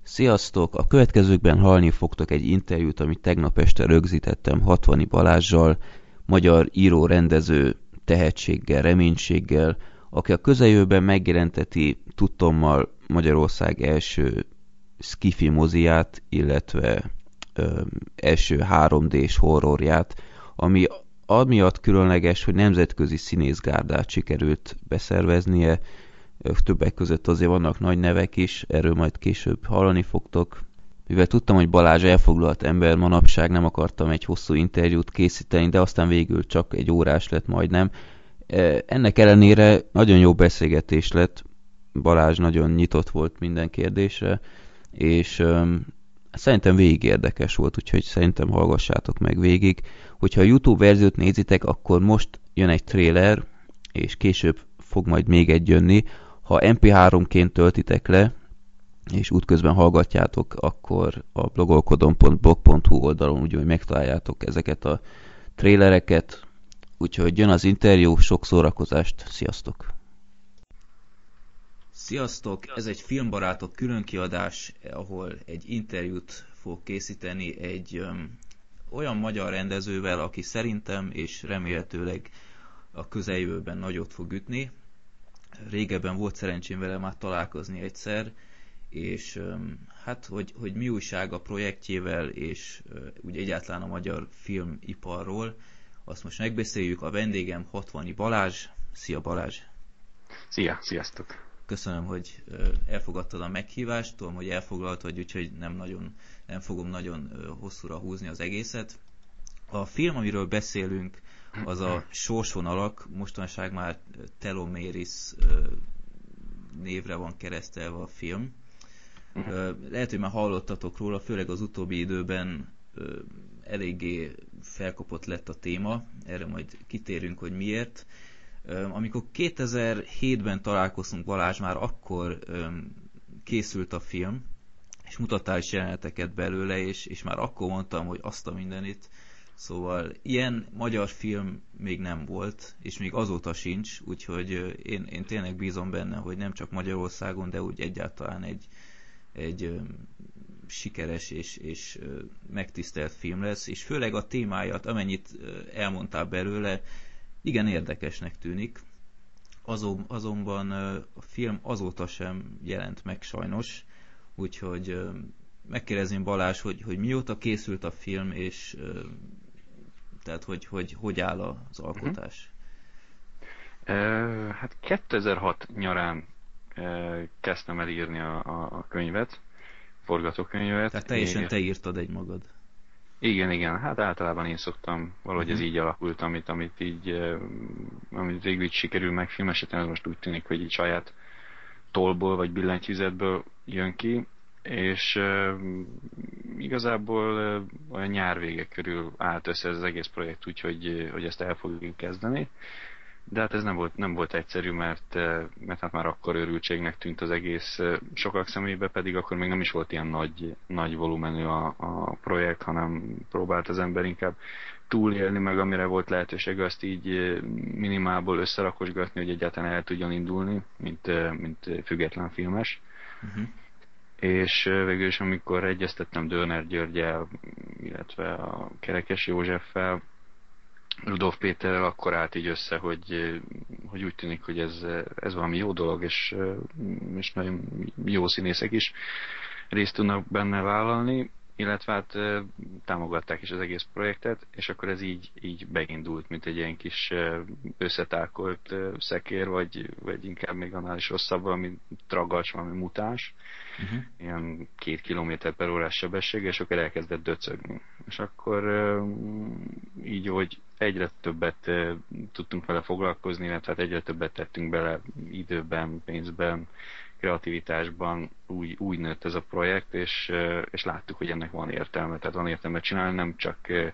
Sziasztok! A következőkben hallani fogtok egy interjút, amit tegnap este rögzítettem Hatvani Balázssal, magyar író-rendező tehetséggel, reménységgel, aki a közeljövőben megjelenteti tudtommal Magyarország első sci-fi moziját, illetve első 3D-s horrorját, ami amiatt különleges, hogy nemzetközi színészgárdát sikerült beszerveznie, többek között azért vannak nagy nevek is, erről majd később hallani fogtok. Mivel tudtam, hogy Balázs elfoglalt ember manapság, nem akartam egy hosszú interjút készíteni, de aztán végül csak egy órás lett majdnem. Ennek ellenére nagyon jó beszélgetés lett, Balázs nagyon nyitott volt minden kérdésre, és szerintem végig érdekes volt, úgyhogy szerintem hallgassátok meg végig. Hogyha a YouTube verziót nézitek, akkor most jön egy trailer, és később fog majd még egy jönni. Ha MP3-ként töltitek le, és útközben hallgatjátok, akkor a blogolkodom.blog.hu oldalon úgy, hogy megtaláljátok ezeket a trailereket. Úgyhogy jön az interjú, sok szórakozást, sziasztok! Sziasztok! Ez egy filmbarátok különkiadás, ahol egy interjút fog készíteni egy olyan magyar rendezővel, aki szerintem és remélhetőleg a közeljövőben nagyot fog ütni. Régebben volt szerencsém vele már találkozni egyszer, és hát, hogy mi újság a projektjével, és úgy egyáltalán a magyar filmiparról, azt most megbeszéljük. A vendégem Hatvani Balázs. Szia Balázs! Szia, sziasztok! Köszönöm, hogy elfogadtad a meghívást, tudom, hogy elfoglalt vagy, úgyhogy nem fogom nagyon hosszúra húzni az egészet. A film, amiről beszélünk, az a Sorsvonalak, mostanság már Teloméris névre van keresztelve a film. Lehet, hogy már hallottatok róla, főleg az utóbbi időben eléggé felkapott lett a téma, erre majd kitérünk, hogy miért. Amikor 2007-ben találkoztunk, Balázs, már akkor készült a film, és mutattál is jeleneteket belőle, és már akkor mondtam, hogy azt a mindenit. Szóval ilyen magyar film még nem volt, és még azóta sincs, úgyhogy én tényleg bízom benne, hogy nem csak Magyarországon, de úgy egyáltalán egy sikeres és megtisztelt film lesz, és főleg a témáját, amennyit elmondtál belőle, igen érdekesnek tűnik. Azonban a film azóta sem jelent meg sajnos, úgyhogy megkérdezném Balázs, hogy mióta készült a film, és tehát hogy áll az alkotás? Hát 2006 nyarán kezdtem el írni a könyvet, forgatókönyvet. Tehát teljesen te írtad egy magad. Igen, hát általában én szoktam, valahogy ez így alakult, amit végül így sikerül megfilmesíteni, ez most úgy tűnik, hogy így saját tollból vagy billentyűzetből jön ki, és igazából olyan nyár vége körül állt össze ez az egész projekt, úgyhogy hogy ezt el fogjuk kezdeni. De hát ez nem volt egyszerű, mert hát már akkor őrültségnek tűnt az egész, sokak szemébe pedig akkor még nem is volt ilyen nagy volumenű a projekt, hanem próbált az ember inkább túlélni, meg amire volt lehetőség, azt így minimálból összerakosgatni, hogy egyáltalán el tudjon indulni, mint független filmes. És végül is, amikor egyeztettem Dörner Györgyel, illetve a Kerekes Józseffel, Rudolf Péterrel, akkor állt így össze, hogy úgy tűnik, hogy ez valami jó dolog, és nagyon jó színészek is részt tudnak benne vállalni, illetve hát támogatták is az egész projektet, és akkor ez így beindult, mint egy ilyen kis összetákolt szekér, vagy inkább még annál is rosszabb, valami tragacs, valami mutáns, ilyen 2 km/órás sebesség, és akkor elkezdett döcögni. És akkor így, hogy egyre többet tudtunk vele foglalkozni, illetve hát egyre többet tettünk bele időben, pénzben, kreativitásban, úgy nőtt ez a projekt, és láttuk, hogy ennek van értelme. Tehát van értelme csinálni, nem csak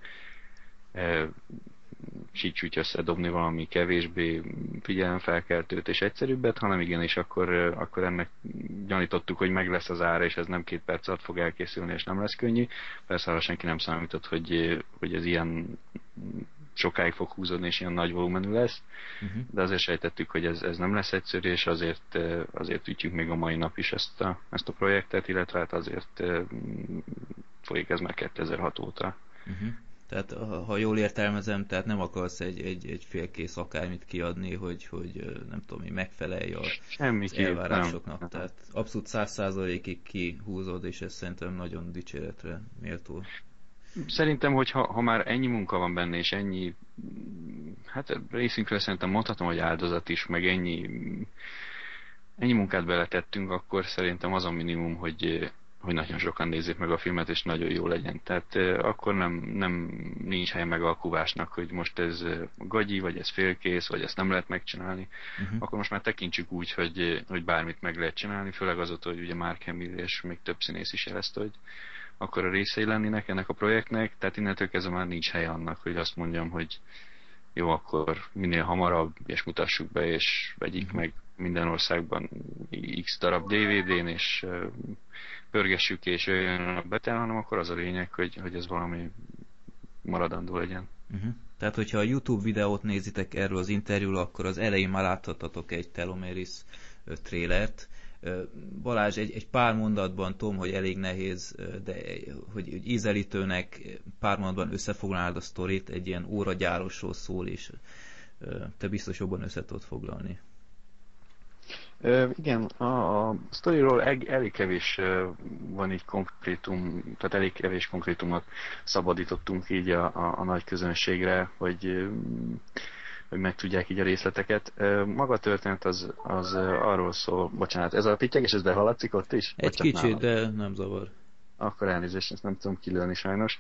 sítsúgy összedobni valami kevésbé figyelemfelkeltőt és egyszerűbbet, hanem igenis akkor ennek gyanítottuk, hogy meg lesz az ára, és ez nem 2 perc alatt fog elkészülni, és nem lesz könnyű. Persze arra senki nem számított, hogy ez ilyen sokáig fog húzódni, és ilyen nagy volumenű lesz, de azért sejtettük, hogy ez nem lesz egyszerű, és azért ütjük még a mai nap is ezt a projektet, illetve hát azért folyik ez már 2006 óta. Tehát ha jól értelmezem, tehát nem akarsz egy félkész akármit kiadni, hogy nem tudom, megfelelj az elvárásoknak. Nem. Tehát abszolút 100%-ig kihúzod, és ez szerintem nagyon dicséretre méltó. Szerintem, hogy ha már ennyi munka van benne, és ennyi, hát részünkről szerintem mondhatom, hogy áldozat is, meg ennyi munkát beletettünk, akkor szerintem az a minimum, hogy nagyon sokan nézzék meg a filmet, és nagyon jó legyen. Tehát akkor nincs helye megalkuvásnak, hogy most ez gagyi, vagy ez félkész, vagy ezt nem lehet megcsinálni. Akkor most már tekintsük úgy, hogy bármit meg lehet csinálni, főleg azóta, hogy ugye Mark Hamill és még több színész is jelezte, hogy akkor a részei lennének ennek a projektnek, tehát innentől kezdve már nincs helye annak, hogy azt mondjam, hogy jó, akkor minél hamarabb, és mutassuk be, és vegyik meg minden országban X darab DVD-n, és pörgessük, és jöjjön a betel, hanem akkor az a lényeg, hogy ez valami maradandó legyen. Tehát, hogyha a YouTube videót nézitek erről az interjúról, akkor az elején már láthatatok egy Telomeris trélert. Balázs, egy pár mondatban, tudom, hogy elég nehéz, de hogy ízelítőnek pár mondatban összefoglalnád a sztorit, egy ilyen óragyárosról szól, és te biztos jobban össze tudod foglalni. Igen, a sztoriról elég kevés van így konkrétum, tehát elég kevés konkrétumot szabadítottunk így a nagy közönségre, hogy megtudják így a részleteket. Maga a történet az arról szól, bocsánat, ez a pittyegés, ez behallatszik ott is? Egy kicsit, de nem zavar. Akkor elnézést, ezt nem tudom kilőni sajnos.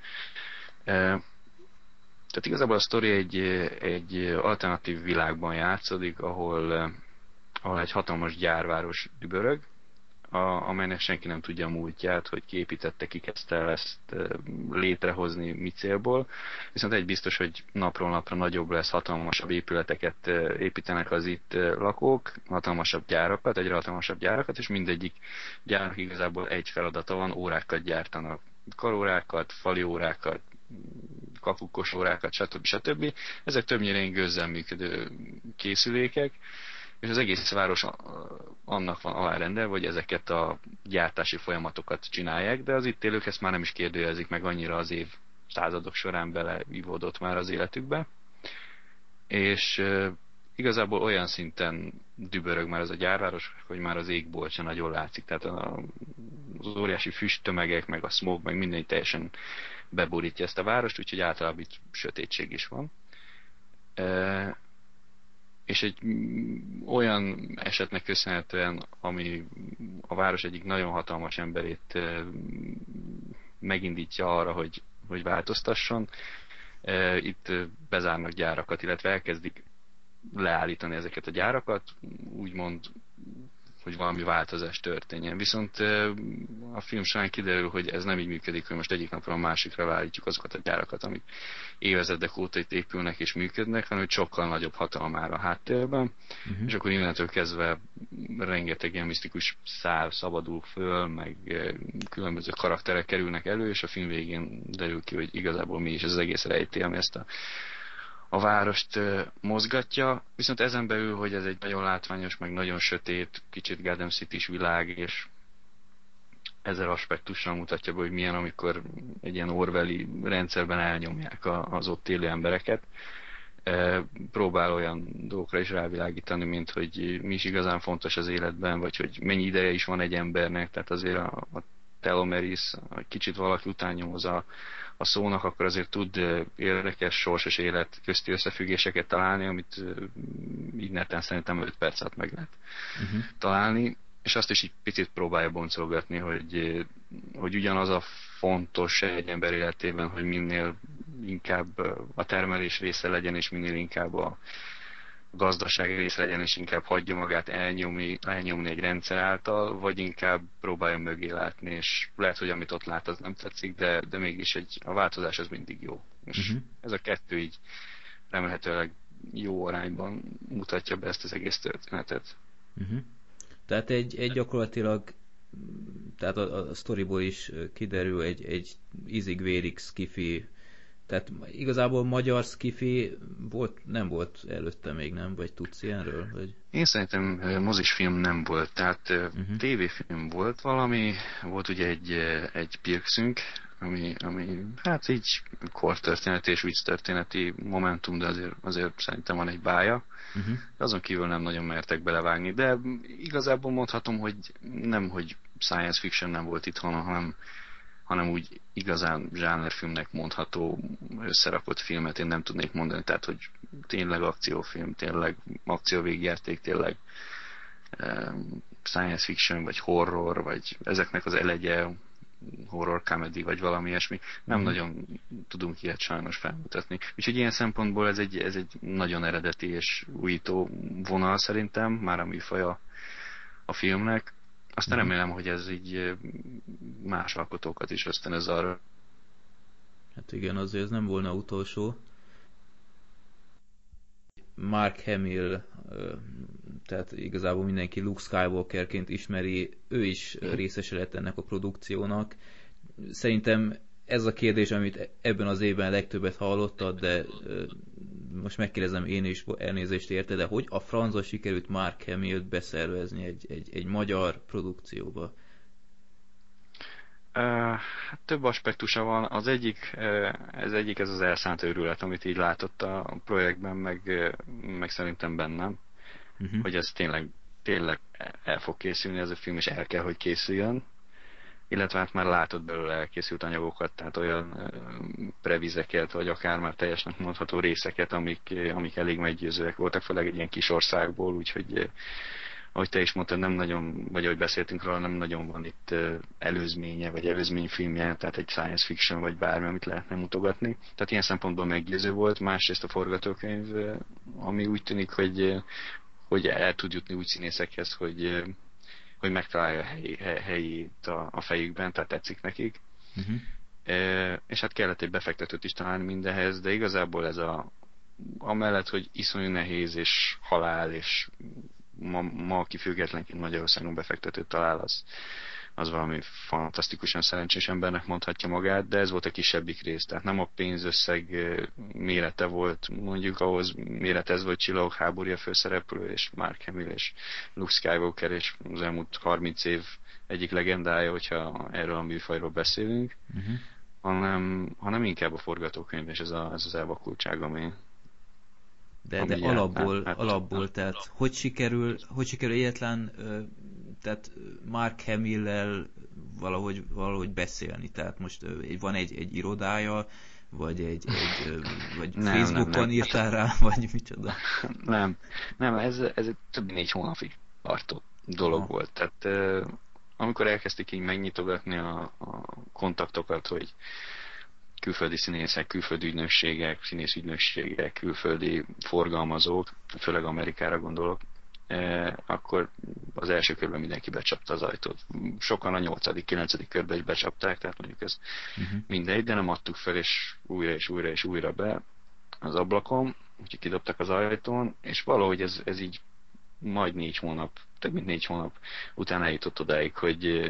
Tehát igazából a sztori egy alternatív világban játszódik, ahol egy hatalmas gyárváros dübörög, amelynek senki nem tudja a múltját, hogy ki építette, ki kezdte el ezt létrehozni, mi célból. Viszont egy biztos, hogy napról napra nagyobb lesz, hatalmasabb épületeket építenek az itt lakók, hatalmasabb gyárakat, és mindegyik gyárnak igazából egy feladata van, órákat gyártanak. Karórákat, fali órákat, kapukkos órákat, stb. Ezek többnyire gőzzel működő készülékek, és az egész város annak van alárendelve, hogy ezeket a gyártási folyamatokat csinálják, de az itt élők ezt már nem is kérdőjelezik meg, annyira az századok során beleivódott már az életükbe. És igazából olyan szinten dübörög már ez a gyárváros, hogy már az égbolt sem nagyon látszik. Tehát az óriási füsttömegek, meg a smog, meg minden teljesen beborítja ezt a várost, úgyhogy általában itt sötétség is van. És egy olyan esetnek köszönhetően, ami a város egyik nagyon hatalmas emberét megindítja arra, hogy változtasson, itt bezárnak gyárakat, illetve elkezdik leállítani ezeket a gyárakat, úgymond, hogy valami változás történjen. Viszont a film során kiderül, hogy ez nem így működik, hogy most egyik napról a másikra leállítjuk azokat a gyárakat, amik évezredek óta itt épülnek és működnek, hanem hogy sokkal nagyobb hatalom áll a háttérben, és akkor innentől kezdve rengeteg ilyen misztikus szál szabadul föl, meg különböző karakterek kerülnek elő, és a film végén derül ki, hogy igazából mi is ez az egész rejtély, ami ezt a várost mozgatja, viszont ezen belül, hogy ez egy nagyon látványos, meg nagyon sötét, kicsit Gotham City-s világ, és ezer aspektussal mutatja be, hogy milyen, amikor egy ilyen orwelli rendszerben elnyomják az ott élő embereket. Próbál olyan dolgokra is rávilágítani, mint hogy mi is igazán fontos az életben, vagy hogy mennyi ideje is van egy embernek, tehát azért a Telomeris, hogy kicsit valaki után nyomoz a szónak, akkor azért tud érdekes, sorsos élet közti összefüggéseket találni, amit így neten szerintem 5 perc alatt meg lehet találni, és azt is így picit próbálja boncolgatni, hogy ugyanaz a fontos egy ember életében, hogy minél inkább a termelés része legyen, és minél inkább a gazdaság része legyen, és inkább hagyja magát elnyomni egy rendszer által, vagy inkább próbálja mögé látni, és lehet, hogy amit ott lát, az nem tetszik, de mégis a változás az mindig jó. És ez a kettő így remélhetőleg jó arányban mutatja be ezt az egész történetet. Tehát egy gyakorlatilag, tehát a sztoriból is kiderül egy ízig-vérig skifi Tehát igazából magyar skifi nem volt előtte még, nem? Vagy tudsz ilyenről? Vagy... Én szerintem mozisfilm nem volt, tehát Uh-huh. tévéfilm volt valami, volt ugye egy Pirkszünk, ami hát így kortörténeti és vicctörténeti momentum, de azért szerintem van egy bája. Uh-huh. Azon kívül nem nagyon mertek belevágni, de igazából mondhatom, hogy nem, hogy science fiction nem volt itthon, hanem úgy igazán zsánerfilmnek mondható összerakott filmet én nem tudnék mondani, tehát hogy tényleg akciófilm, tényleg akcióvégjáték, tényleg science fiction, vagy horror, vagy ezeknek az elegye, horror comedy, vagy valami ilyesmi. Nem nagyon tudunk ilyet sajnos felmutatni. Úgyhogy ilyen szempontból ez egy nagyon eredeti és újító vonal szerintem, már a műfaja a filmnek. Aztán remélem, hogy ez így más alkotókat is ösztönöz arra. Hát igen, azért ez nem volna utolsó. Mark Hamill, tehát igazából mindenki Luke Skywalkerként ismeri, ő is részese lett ennek a produkciónak. Szerintem ez a kérdés, amit ebben az évben legtöbbet hallottad, de most megkérdezem én is, elnézést érte, de hogy a francba sikerült Mark Hamillt beszervezni egy magyar produkcióba? Hát több aspektusa van. Az egyik, ez az elszánt őrület, amit így látott a projektben, meg szerintem bennem, hogy ez tényleg el fog készülni ez a film, és el kell, hogy készüljön. Illetve hát már látott belőle elkészült anyagokat, tehát olyan previzeket, vagy akár már teljesnek mondható részeket, amik elég meggyőzőek voltak, főleg egy ilyen kis országból, úgyhogy ahogy te is mondtad, nem nagyon, vagy ahogy beszéltünk róla, nem nagyon van itt előzménye, vagy előzményfilmje, tehát egy science fiction, vagy bármi, amit lehetne mutogatni. Tehát ilyen szempontból meggyőző volt. Másrészt a forgatókönyv, ami úgy tűnik, hogy el tud jutni úgy színészekhez, hogy megtalálja helyét a fejükben, tehát tetszik nekik. És hát kellett egy befektetőt is találni mindenhez, de igazából ez amellett, hogy iszonyú nehéz és halál, és ma aki függetlenként Magyarországon befektetőt talál, az valami fantasztikusan szerencsés embernek mondhatja magát, de ez volt a kisebbik rész, tehát nem a pénzösszeg mérete volt, mondjuk ahhoz méretez volt Csillagok háborúja főszereplő, és Mark Hamill, és Luke Skywalker, és az elmúlt 30 év egyik legendája, hogyha erről a műfajról beszélünk, hanem inkább a forgatókönyv, és ez az elvakultság, ami de alapból, tehát hogy sikerül egyetlen, tehát Mark Hamill-lel valahogy beszélni, tehát most van egy irodája, vagy vagy Facebookon írtál rá, vagy micsoda? Nem, ez egy több 4 hónapig tartó dolog volt, tehát amikor elkezdték így megnyitogatni a kontaktokat, hogy külföldi színészek, külföldi ügynökségek, színészügynökségek, külföldi forgalmazók, főleg Amerikára gondolok, akkor az első körben mindenki becsapta az ajtót. Sokan a 8.-9. körben is becsapták, tehát mondjuk ez mindegy, de nem adtuk fel, és újra be az ablakon, úgyhogy kidobtak az ajtón, és valahogy ez így majd 4 hónap, több mint 4 hónap után eljutott odáig, hogy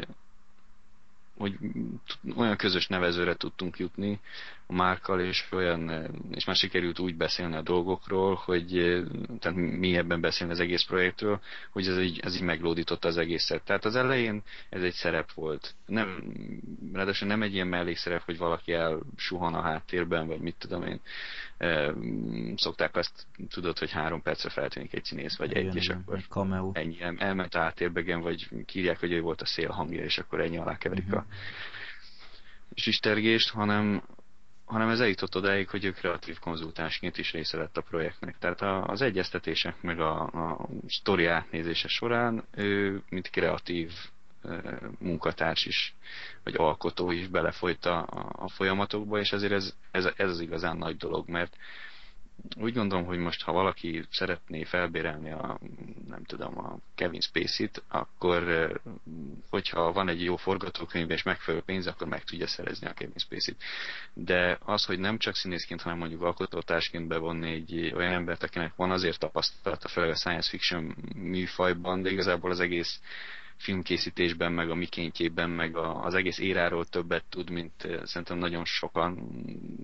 olyan közös nevezőre tudtunk jutni a Márkkal, és már sikerült úgy beszélni a dolgokról, hogy tehát mélyebben beszélni az egész projektről, hogy ez így meglódította az egészet. Tehát az elején ez egy szerep volt. Ráadásul nem egy ilyen mellékszerep, hogy valaki elsuhan a háttérben, vagy mit tudom én. Szokták azt, tudod, hogy 3 percre feltűnik egy színész, vagy egy, és akkor ennyi elment a háttérbegen, vagy kírják, hogy ő volt a szélhangja, és akkor ennyi alá keverik a sistergést, hanem ez eljutott odáig, hogy ő kreatív konzultánsként is része lett a projektnek. Tehát az egyeztetések meg a sztori átnézése során ő, mint kreatív munkatárs is, vagy alkotó is belefolyt a folyamatokba, és azért ez az igazán nagy dolog, mert úgy gondolom, hogy most, ha valaki szeretné felbérelni a Kevin Spacey-t, akkor hogyha van egy jó forgatókönyv és megfelelő pénz, akkor meg tudja szerezni a Kevin Spacey-t. De az, hogy nem csak színészként, hanem mondjuk alkotótársként bevonni egy olyan embert, akinek van azért tapasztalata, főleg a science fiction műfajban, de igazából az egész filmkészítésben, meg a mikéntjében, meg az egész éráról többet tud, mint szerintem nagyon sokan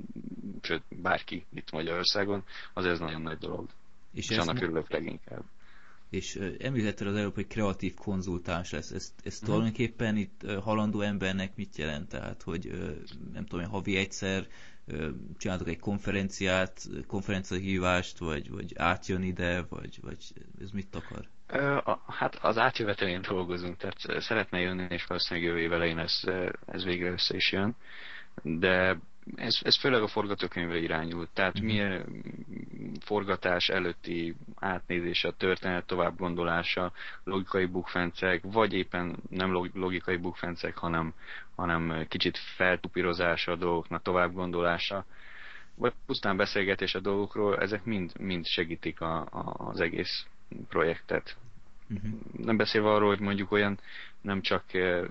sőt bárki itt Magyarországon, azért ez nagyon nagy dolog. És annak örülök leginkább. És említetted az előbb, hogy kreatív konzultáns lesz. Ez tulajdonképpen itt halandó embernek mit jelent? Tehát, hogy nem tudom, havi egyszer csináltok egy konferenciahívást, vagy átjön ide, vagy ez mit akar? Hát az átjövetelén dolgozunk, tehát szeretne jönni, és valószínűleg jövő év elején ez végre össze is jön. De ez főleg a forgatókönyvre irányult, tehát milyen forgatás előtti átnézése, a történet továbbgondolása, logikai bukfencek, vagy éppen nem logikai bukfencek, hanem kicsit feltupírozása a dolgoknak, továbbgondolása, vagy pusztán beszélgetés a dolgokról, ezek mind segítik az egész projektet. Nem beszélve arról, hogy mondjuk olyan nem csak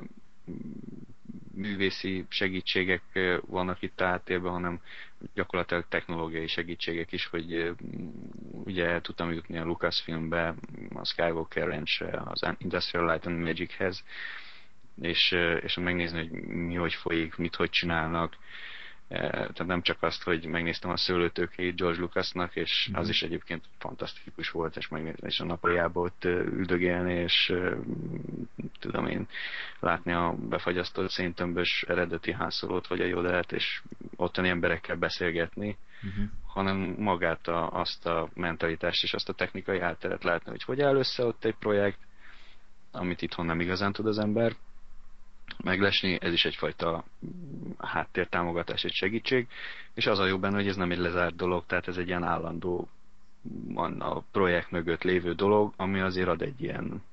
művészi segítségek vannak itt áttérben, hanem gyakorlatilag technológiai segítségek is, hogy ugye el tudtam jutni a Lucasfilmbe, a Skywalker Ranch, az Industrial Light and Magichez, és megnézni, hogy mi hogy folyik, mit hogy csinálnak. Tehát nem csak azt, hogy megnéztem a Szőlőtőkéjét George Lucasnak, és az is egyébként fantasztikus volt, és megnézni és a napoljába ott üldögélni, és tudom én látni a befagyasztott széntömbös eredeti házszolót, vagy a Yodát, és ottani emberekkel beszélgetni, hanem magát azt a mentalitást és azt a technikai hátteret látni, hogy áll össze ott egy projekt, amit itthon nem igazán tud az ember meglesni, ez is egyfajta háttértámogatás, egy segítség, és az a jó benne, hogy ez nem egy lezárt dolog, tehát ez egy ilyen állandó a projekt mögött lévő dolog, ami azért ad egy ilyen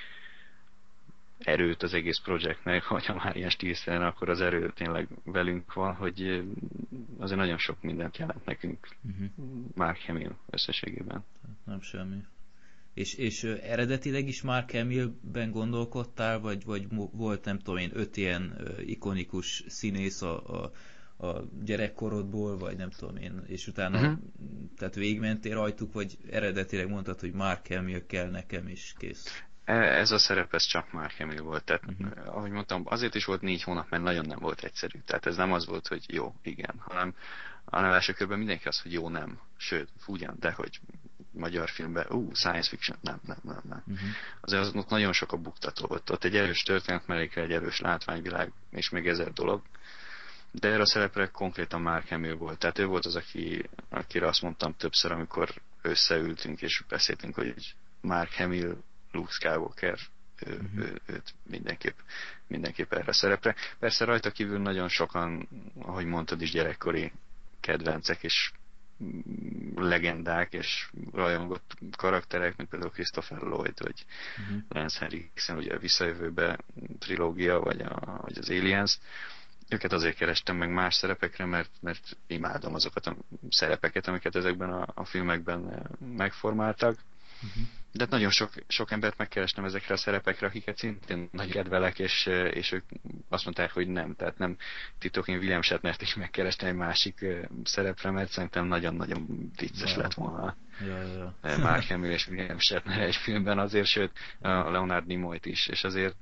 erőt az egész projektnek, hogyha már ilyen stílszerűen, akkor az erő tényleg velünk van, hogy azért nagyon sok mindent jelent nekünk Mark Hamill összességében. Nem semmi. És eredetileg is Mark Hamillben gondolkodtál, vagy volt, nem tudom én, 5 ilyen ikonikus színész a gyerekkorodból, vagy nem tudom én, és utána tehát végigmentél rajtuk, vagy eredetileg mondtad, hogy Mark Hamill kell nekem, is kész? Ez a szerep, ez csak Mark Hamill volt, tehát ahogy mondtam, azért is volt 4 hónap, mert nagyon nem volt egyszerű, tehát ez nem az volt, hogy jó, igen, hanem első körben mindenki az, hogy jó, nem, sőt, ugyan, de hogy magyar filmben, science fiction, nem. Azért az nagyon sok a buktató, ott egy erős történetmeléke, egy erős látványvilág, és még 1000 dolog, de erre a szerepre konkrétan Mark Hamill volt, tehát ő volt az, akire azt mondtam többször, amikor összeültünk és beszéltünk, hogy Mark Hamill, Luke Skywalker, őt mindenképp erre a szerepre. Persze rajta kívül nagyon sokan, ahogy mondtad is, gyerekkori kedvencek és legendák és rajongott karakterek, mint például Christopher Lloyd, vagy Lance Henriksen, ugye a Visszajövőbe trilógia, vagy az Aliens. Őket azért kerestem meg más szerepekre, mert imádom azokat a szerepeket, amiket ezekben a filmekben megformáltak. De nagyon sok embert megkerestem ezekre a szerepekre, akiket szintén nagy kedvelek, és ők azt mondták, hogy nem. Tehát nem titok, én William Shatnert is megkerestem egy másik szerepre, mert szerintem nagyon-nagyon vicces lett volna. Mark Hamill és William Shatner egy filmben azért, sőt a Leonard Nimoyt is, és azért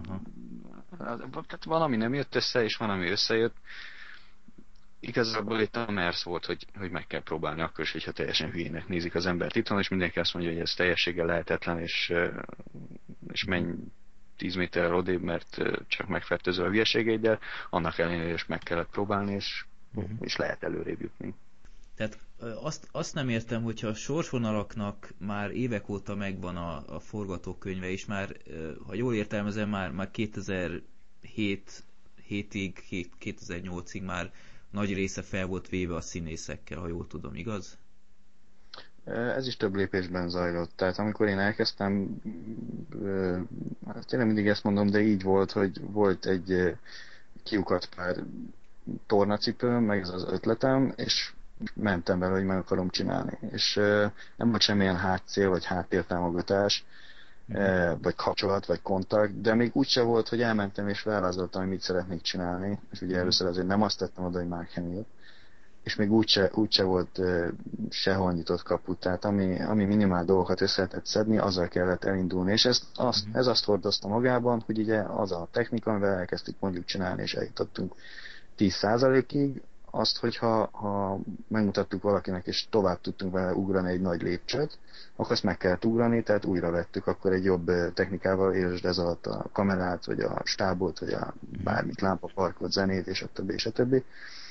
tehát valami nem jött össze, és valami összejött. Igazából itt a mersz volt, hogy meg kell próbálni akkor is, hogyha teljesen hülyének nézik az embert itthon, és mindenki azt mondja, hogy ez teljességgel lehetetlen, és menj 10 méterrel odébb, mert csak megfertőzöl a hülyeségeiddel, annak ellenére is meg kellett próbálni, és lehet előrébb jutni. Tehát azt nem értem, hogyha a sorsvonalaknak már évek óta megvan a forgatókönyve, és már, ha jól értelmezem, már 2007-ig, 2008-ig már nagy része fel volt véve a színészekkel, ha jól tudom, igaz? Ez is több lépésben zajlott. Tehát amikor én elkezdtem, hát tényleg mindig ezt mondom, de így volt, hogy volt egy kiukadt pár tornacipőm, meg ez az ötletem, és mentem vele, hogy meg akarom csinálni. És nem volt semmilyen hátcél, vagy háttértámogatás, vagy kapcsolat, vagy kontakt, de még úgyse volt, hogy elmentem és felvázoltam, hogy mit szeretnék csinálni, és ugye először azért nem azt tettem oda, hogy Mark Hamill, és még úgyse volt sehol nyitott kaput, tehát ami minimál dolgokat össze lehetett szedni, azzal kellett elindulni, és ez azt hordozta magában, hogy ugye az a technika, amivel elkezdtük mondjuk csinálni, és eljutottunk 10%-ig, azt, hogyha megmutattuk valakinek, és tovább tudtunk vele ugrani egy nagy lépcsőt, akkor azt meg kellett ugrani, tehát újra vettük, akkor egy jobb technikával, és ez alatt a kamerát, vagy a stábot, vagy a bármit, lámpaparkot, zenét, és a többi, és a többi.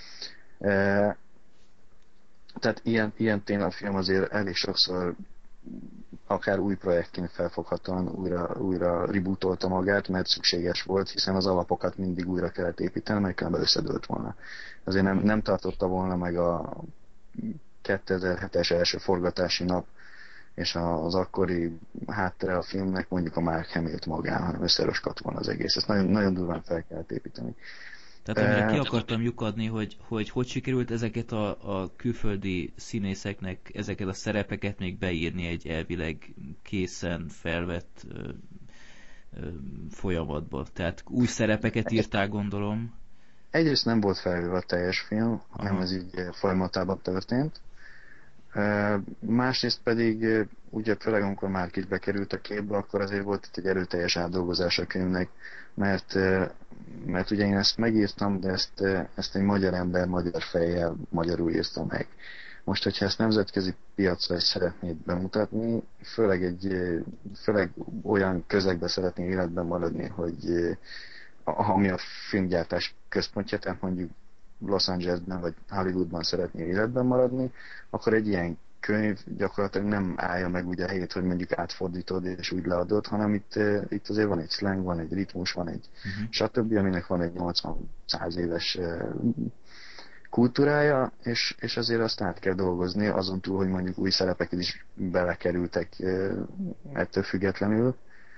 Tehát ilyen tényleg a film azért elég sokszor akár új projektként felfoghatóan újra rebootolta magát, mert szükséges volt, hiszen az alapokat mindig újra kellett építeni, mert különben összedőlt volna. Azért nem tartotta volna meg a 2007-es első forgatási nap és az akkori háttere a filmnek mondjuk a Mark Hamilt magán, hanem összeroskadt volna az egész. Ezt nagyon, nagyon durván fel kellett építeni. Tehát amire ki akartam lyukadni, hogy sikerült ezeket a külföldi színészeknek ezeket a szerepeket még beírni egy elvileg készen felvett folyamatba. Tehát új szerepeket írták, gondolom. Egyrészt nem volt felvéve a teljes film, hanem ez így folyamatában történt. Másrészt pedig, ugye főleg amikor már is bekerült a képbe, akkor azért volt itt egy erőteljes átdolgozás a könyvnek, mert ugye én ezt megírtam, de ezt egy magyar ember, magyar fejjel magyarul írta meg. Most, hogyha ezt nemzetközi piacra is szeretnéd bemutatni, főleg olyan közegben szeretnél életben maradni, hogy ami a filmgyártás központja, tehát mondjuk Los Angelesben vagy Hollywoodban szeretnél életben maradni, akkor egy ilyen könyv gyakorlatilag nem állja meg ugye a helyét, hogy mondjuk átfordítod és úgy leadod, hanem itt azért van egy slang, van egy ritmus, van egy stb., aminek van egy 80-100 éves kultúrája, és azért azt át kell dolgozni, azon túl, hogy mondjuk új szerepek is belekerültek ettől függetlenül,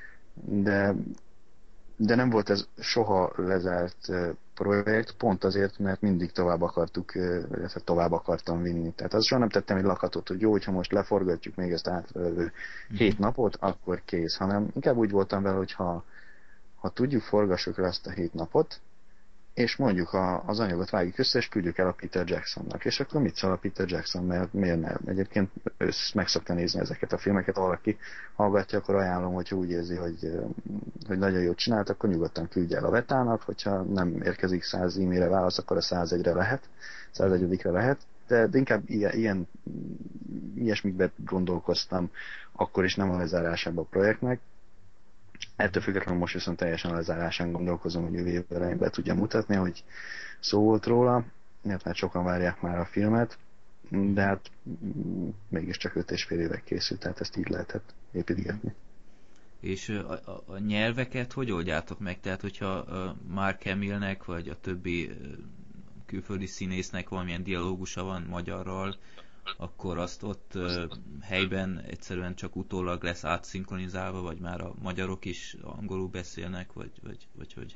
de nem volt ez soha lezárt projekt, pont azért, mert mindig tovább akartam vinni. Tehát az soha nem tettem egy lakatot, hogy jó, hogyha most leforgatjuk még ezt átvelő 7 napot, akkor kész, hanem inkább úgy voltam vele, hogy ha tudjuk, forgassuk le ezt a 7 napot, és mondjuk az anyagot vágjuk össze, és küldjük el a Peter Jacksonnak. És akkor mit szól a Peter Jackson, mert miért nem? Egyébként meg szokta nézni ezeket a filmeket, ha valaki hallgatja, akkor ajánlom, hogyha úgy érzi, hogy nagyon jót csinált, akkor nyugodtan küldje el a Vetának, hogyha nem érkezik 100 e-mailre válasz, akkor a 101-re lehet, 101-re lehet, de inkább ilyesmikbe gondolkoztam, akkor is nem a lezárásában a projektnek. Ettől függetlenül most viszont teljesen lezárásán gondolkozom, hogy jövő év elején be tudja mutatni, hogy szó volt róla, mert sokan várják már a filmet, de hát mégiscsak 5,5 évek készült, tehát ezt így lehetett építgetni. És a nyelveket hogy oldjátok meg? Tehát, hogyha Mark Hamillnek, vagy a többi külföldi színésznek valamilyen dialógusa van magyarral, akkor azt ott helyben egyszerűen csak utólag lesz átszinkronizálva, vagy már a magyarok is angolul beszélnek, vagy hogy?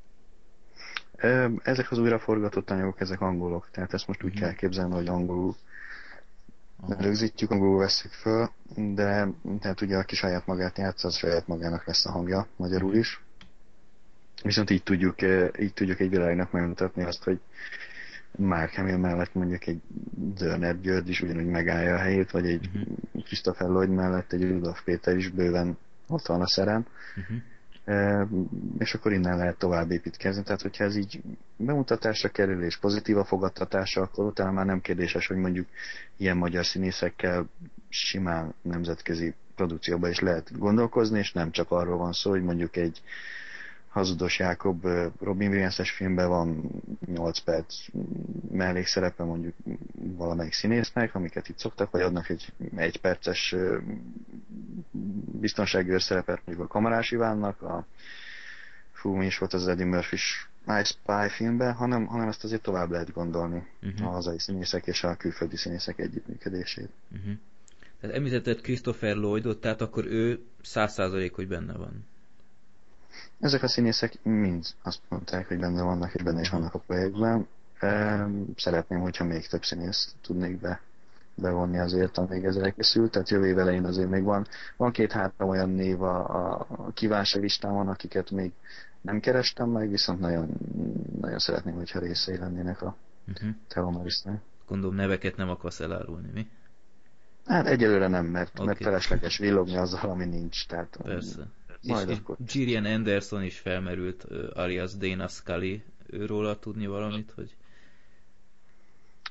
Ezek az újraforgatott anyagok, ezek angolok, tehát ezt most úgy kell képzelni, hogy angolul rögzítjük, angolul veszük föl, de tehát ugye aki saját magát játsza, az saját magának lesz a hangja magyarul is. Viszont így tudjuk egy világnak megmutatni azt, hogy Mark Hamill mellett mondjuk egy Dörner György is ugyanúgy megállja a helyét, vagy egy Christopher Lloyd mellett egy Rudolf Péter is bőven ott van a szerem. És akkor innen lehet tovább építkezni. Tehát, hogyha ez így bemutatásra kerül és pozitív a fogadtatása, akkor utána már nem kérdéses, hogy mondjuk ilyen magyar színészekkel simán nemzetközi produkcióban is lehet gondolkozni, és nem csak arról van szó, hogy mondjuk egy Hazudos Jákob Robin Williams-es filmben van 8 perc mellékszerepe mondjuk valamelyik színésznek, amiket itt szoktak, vagy adnak egy 1 perces biztonsági őrszerepet mondjuk a Kamarás Ivánnak, mi is volt az Eddie Murphy-s I Spy filmben, hanem ezt azért tovább lehet gondolni a hazai színészek és a külföldi színészek együttműködését. Tehát említetted Christopher Lloydot, tehát akkor ő 100% hogy benne van? Ezek a színészek mind azt mondták, hogy benne vannak, és benne is vannak a projektben. Szeretném, hogyha még több színész tudnék bevonni azért, amíg ez elkészült. Tehát jövő év elején azért még van 2-3 olyan név a kívánság listámon, akiket még nem kerestem meg, viszont nagyon, nagyon szeretném, hogyha részei lennének a Telomarisnek. Gondolom neveket nem akarsz elárulni, mi? Hát egyelőre nem, mert felesleges villogni azzal, ami nincs. Tehát, persze. És Gillian Anderson is felmerült, alias Dana Scully, őróla tudni valamit, hogy...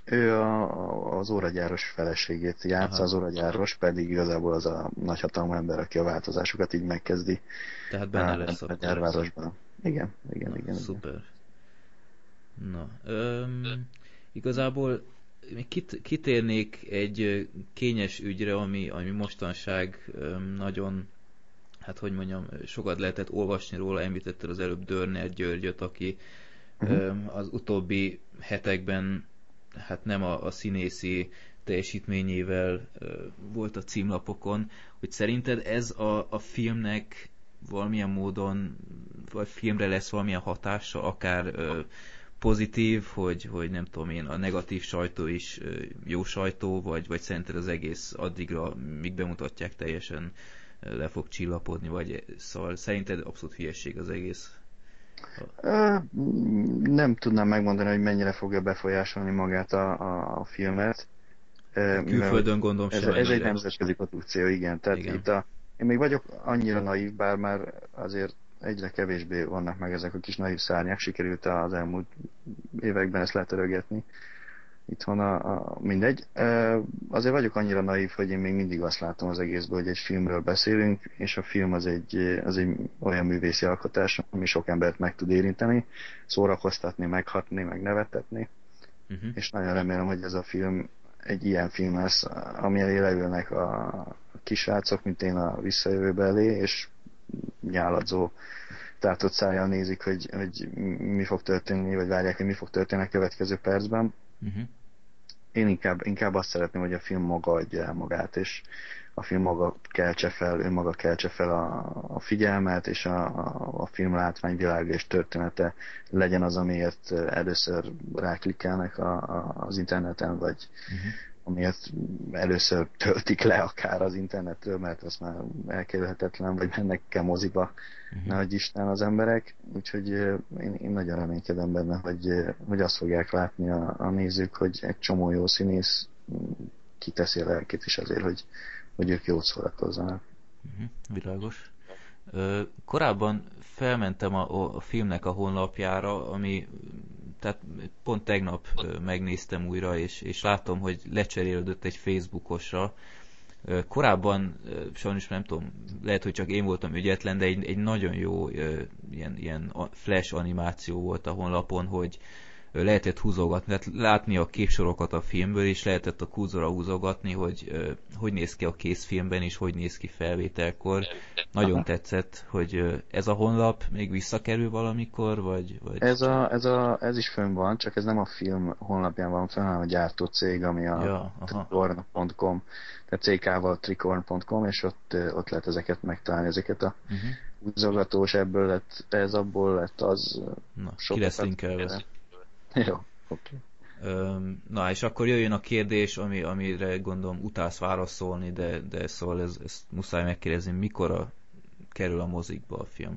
Ő az óragyáros feleségét játsza, Aha. az óragyáros pedig igazából az a nagyhatalmú ember, aki a változásokat így megkezdi Tehát benne lesz a akkor. gyárvárosban. Igen, igen, Na, igen, igen. szuper. Na, igazából még kitérnék egy kényes ügyre, ami mostanság nagyon, hát hogy mondjam, sokat lehetett olvasni róla, említetted az előbb Dörner Györgyöt, aki az utóbbi hetekben hát nem a színészi teljesítményével volt a címlapokon, hogy szerinted ez a filmnek valamilyen módon, vagy filmre lesz valamilyen hatása, akár pozitív, hogy nem tudom én, a negatív sajtó is jó sajtó, vagy szerinted az egész addigra, míg bemutatják, teljesen le fog csillapodni, vagy szóval szerinted abszolút hülyeség az egész? Nem tudnám megmondani, hogy mennyire fogja befolyásolni magát a filmet. Külföldön gondolom ez egy nemzetközi produkció, igen. Tehát igen. Itt én még vagyok annyira naív, bár már azért egyre kevésbé vannak meg ezek a kis naív szárnyak, sikerült az elmúlt években ezt letörögetni. Itthon mindegy. Azért vagyok annyira naív, hogy én még mindig azt látom az egészből, hogy egy filmről beszélünk, és a film az egy olyan művészi alkotás, ami sok embert meg tud érinteni, szórakoztatni, meghatni, megnevetetni. És nagyon remélem, hogy ez a film egy ilyen film lesz, ami elé leülnek a kisrácok, mint én a Visszajövőbe elé, és nyáladzó tátott szájjal nézik, hogy mi fog történni, vagy várják, hogy mi fog történni a következő percben. Én inkább azt szeretném, hogy a film maga adja el magát, és a film maga önmaga keltse fel a figyelmet, és a film látványvilága és története legyen az, amiért először ráklikkelnek az interneten, vagy amiért először töltik le akár az internetről, mert az már elkerülhetetlen, vagy mennek kell moziba, nehogy Isten az emberek. Úgyhogy én nagyon reménykedem benne, hogy azt fogják látni a nézők, hogy egy csomó jó színész kiteszi a lelkét is azért, hogy ők jót szórakozzanak. Világos. Korábban felmentem a filmnek a honlapjára, ami tehát pont tegnap megnéztem újra, és látom, hogy lecserélődött egy Facebookosra. Korábban, sajnos nem tudom, lehet, hogy csak én voltam ügyetlen, de egy nagyon jó ilyen flash animáció volt a honlapon, hogy lehetett húzogatni, tehát látni a képsorokat a filmből, és lehetett a kurzorra húzogatni, hogy néz ki a készfilmben, és hogy néz ki felvételkor. Nagyon tetszett, hogy ez a honlap még visszakerül valamikor, vagy... Ez is fönn van, csak ez nem a film honlapján van fönn, hanem a gyártó cég, ami a tricorn.com, tehát CK-val tricorn.com, és ott lehet ezeket megtalálni, ezeket a húzogatós, ebből lett ez, abból lett az... Na, ki lesz linkelve. Jó, oké. Na, és akkor jöjjön a kérdés, amire gondolom utálsz válaszolni, de szóval ezt muszáj megkérdezni, mikor kerül a mozikba a film?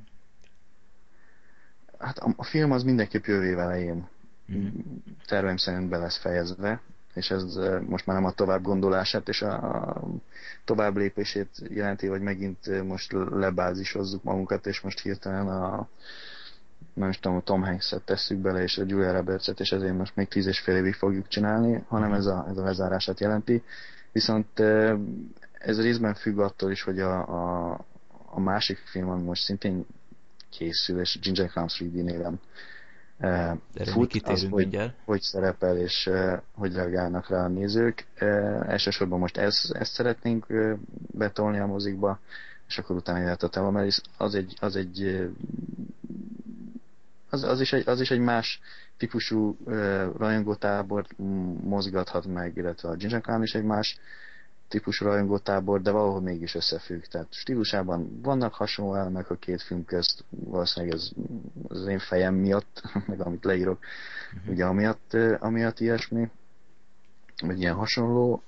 Hát a film az mindenképp jövő év elején terveim szerint be lesz fejezve, és ez most már nem a tovább gondolását és a tovább lépését jelenti, hogy megint most lebázisozzuk magunkat, és most hirtelen nem is tudom, a Tom Hanks-et tesszük bele, és a Julia Roberts-et, és ezért most még 10,5 évig fogjuk csinálni, hanem ez a lezárását jelenti. Viszont ez részben függ attól is, hogy a másik film, ami most szintén készül, és Ginger Clams 3D néven fut, az, hogy szerepel, és hogy reagálnak rá a nézők. Elsősorban most ezt szeretnénk betolni a mozikba, és akkor utána jöhet a Telomeris. Az is egy más típusú rajongótábort mozgathat meg, illetve a Ginger Clan is egy más típusú rajongótábor, de valahol mégis összefügg. Tehát stílusában vannak hasonló elemek a két film közt, valószínűleg ez az én fejem miatt, meg amit leírok, ugye amiatt ilyesmi, vagy ilyen hasonló,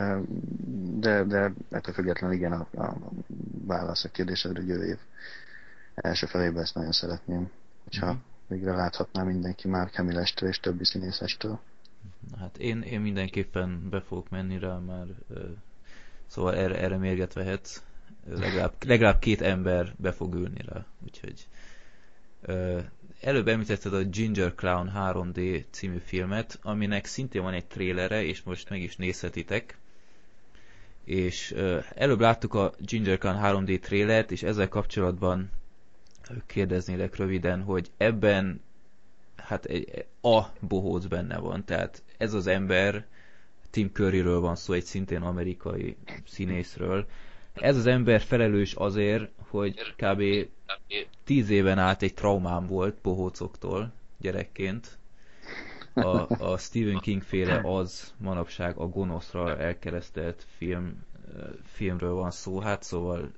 de ettől függetlenül igen a válasz a kérdésedre, hogy jövő év első felében ezt nagyon szeretném, hogyha végre láthatná mindenki Mark Hamillestől és többi színészestől. Hát én mindenképpen be fogok menni rá már, szóval erre mérget vehetsz. Legalább 2 ember be fog ülni rá, úgyhogy előbb említetted a Ginger Clown 3D című filmet, aminek szintén van egy trélere, és most meg is nézhetitek. És előbb láttuk a Ginger Clown 3D trélert, és ezzel kapcsolatban kérdeznélek röviden, hogy ebben hát a bohóc benne van, tehát ez az ember, Tim Curryről van szó, egy szintén amerikai színészről. Ez az ember felelős azért, hogy kb. 10 éven át egy traumám volt bohócoktól gyerekként. A Stephen King féle Az manapság a gonoszra elkeresztelt filmről van szó. Hát szóval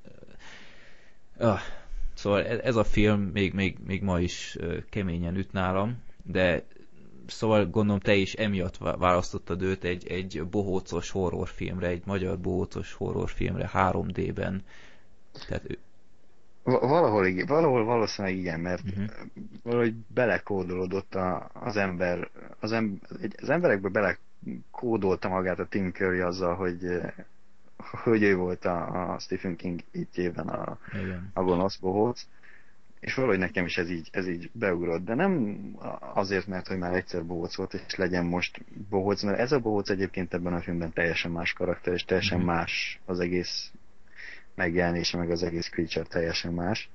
ez a film még ma is keményen üt nálam, de szóval gondolom te is emiatt választottad őt egy bohócos horrorfilmre, egy magyar bohócos horrorfilmre 3D-ben. Tehát Valahol valószínűleg igen, mert valahogy belekódolódott az ember, az emberekbe belekódolta magát a Tim Curry azzal, hogy ő volt a Stephen King ígyében a gonosz bohóc, és valahogy nekem is ez így beugrott, de nem azért, mert hogy már egyszer bohóc volt, és legyen most bohóc, mert ez a bohóc egyébként ebben a filmben teljesen más karakter, és teljesen más az egész megjelenése, meg az egész creature teljesen más,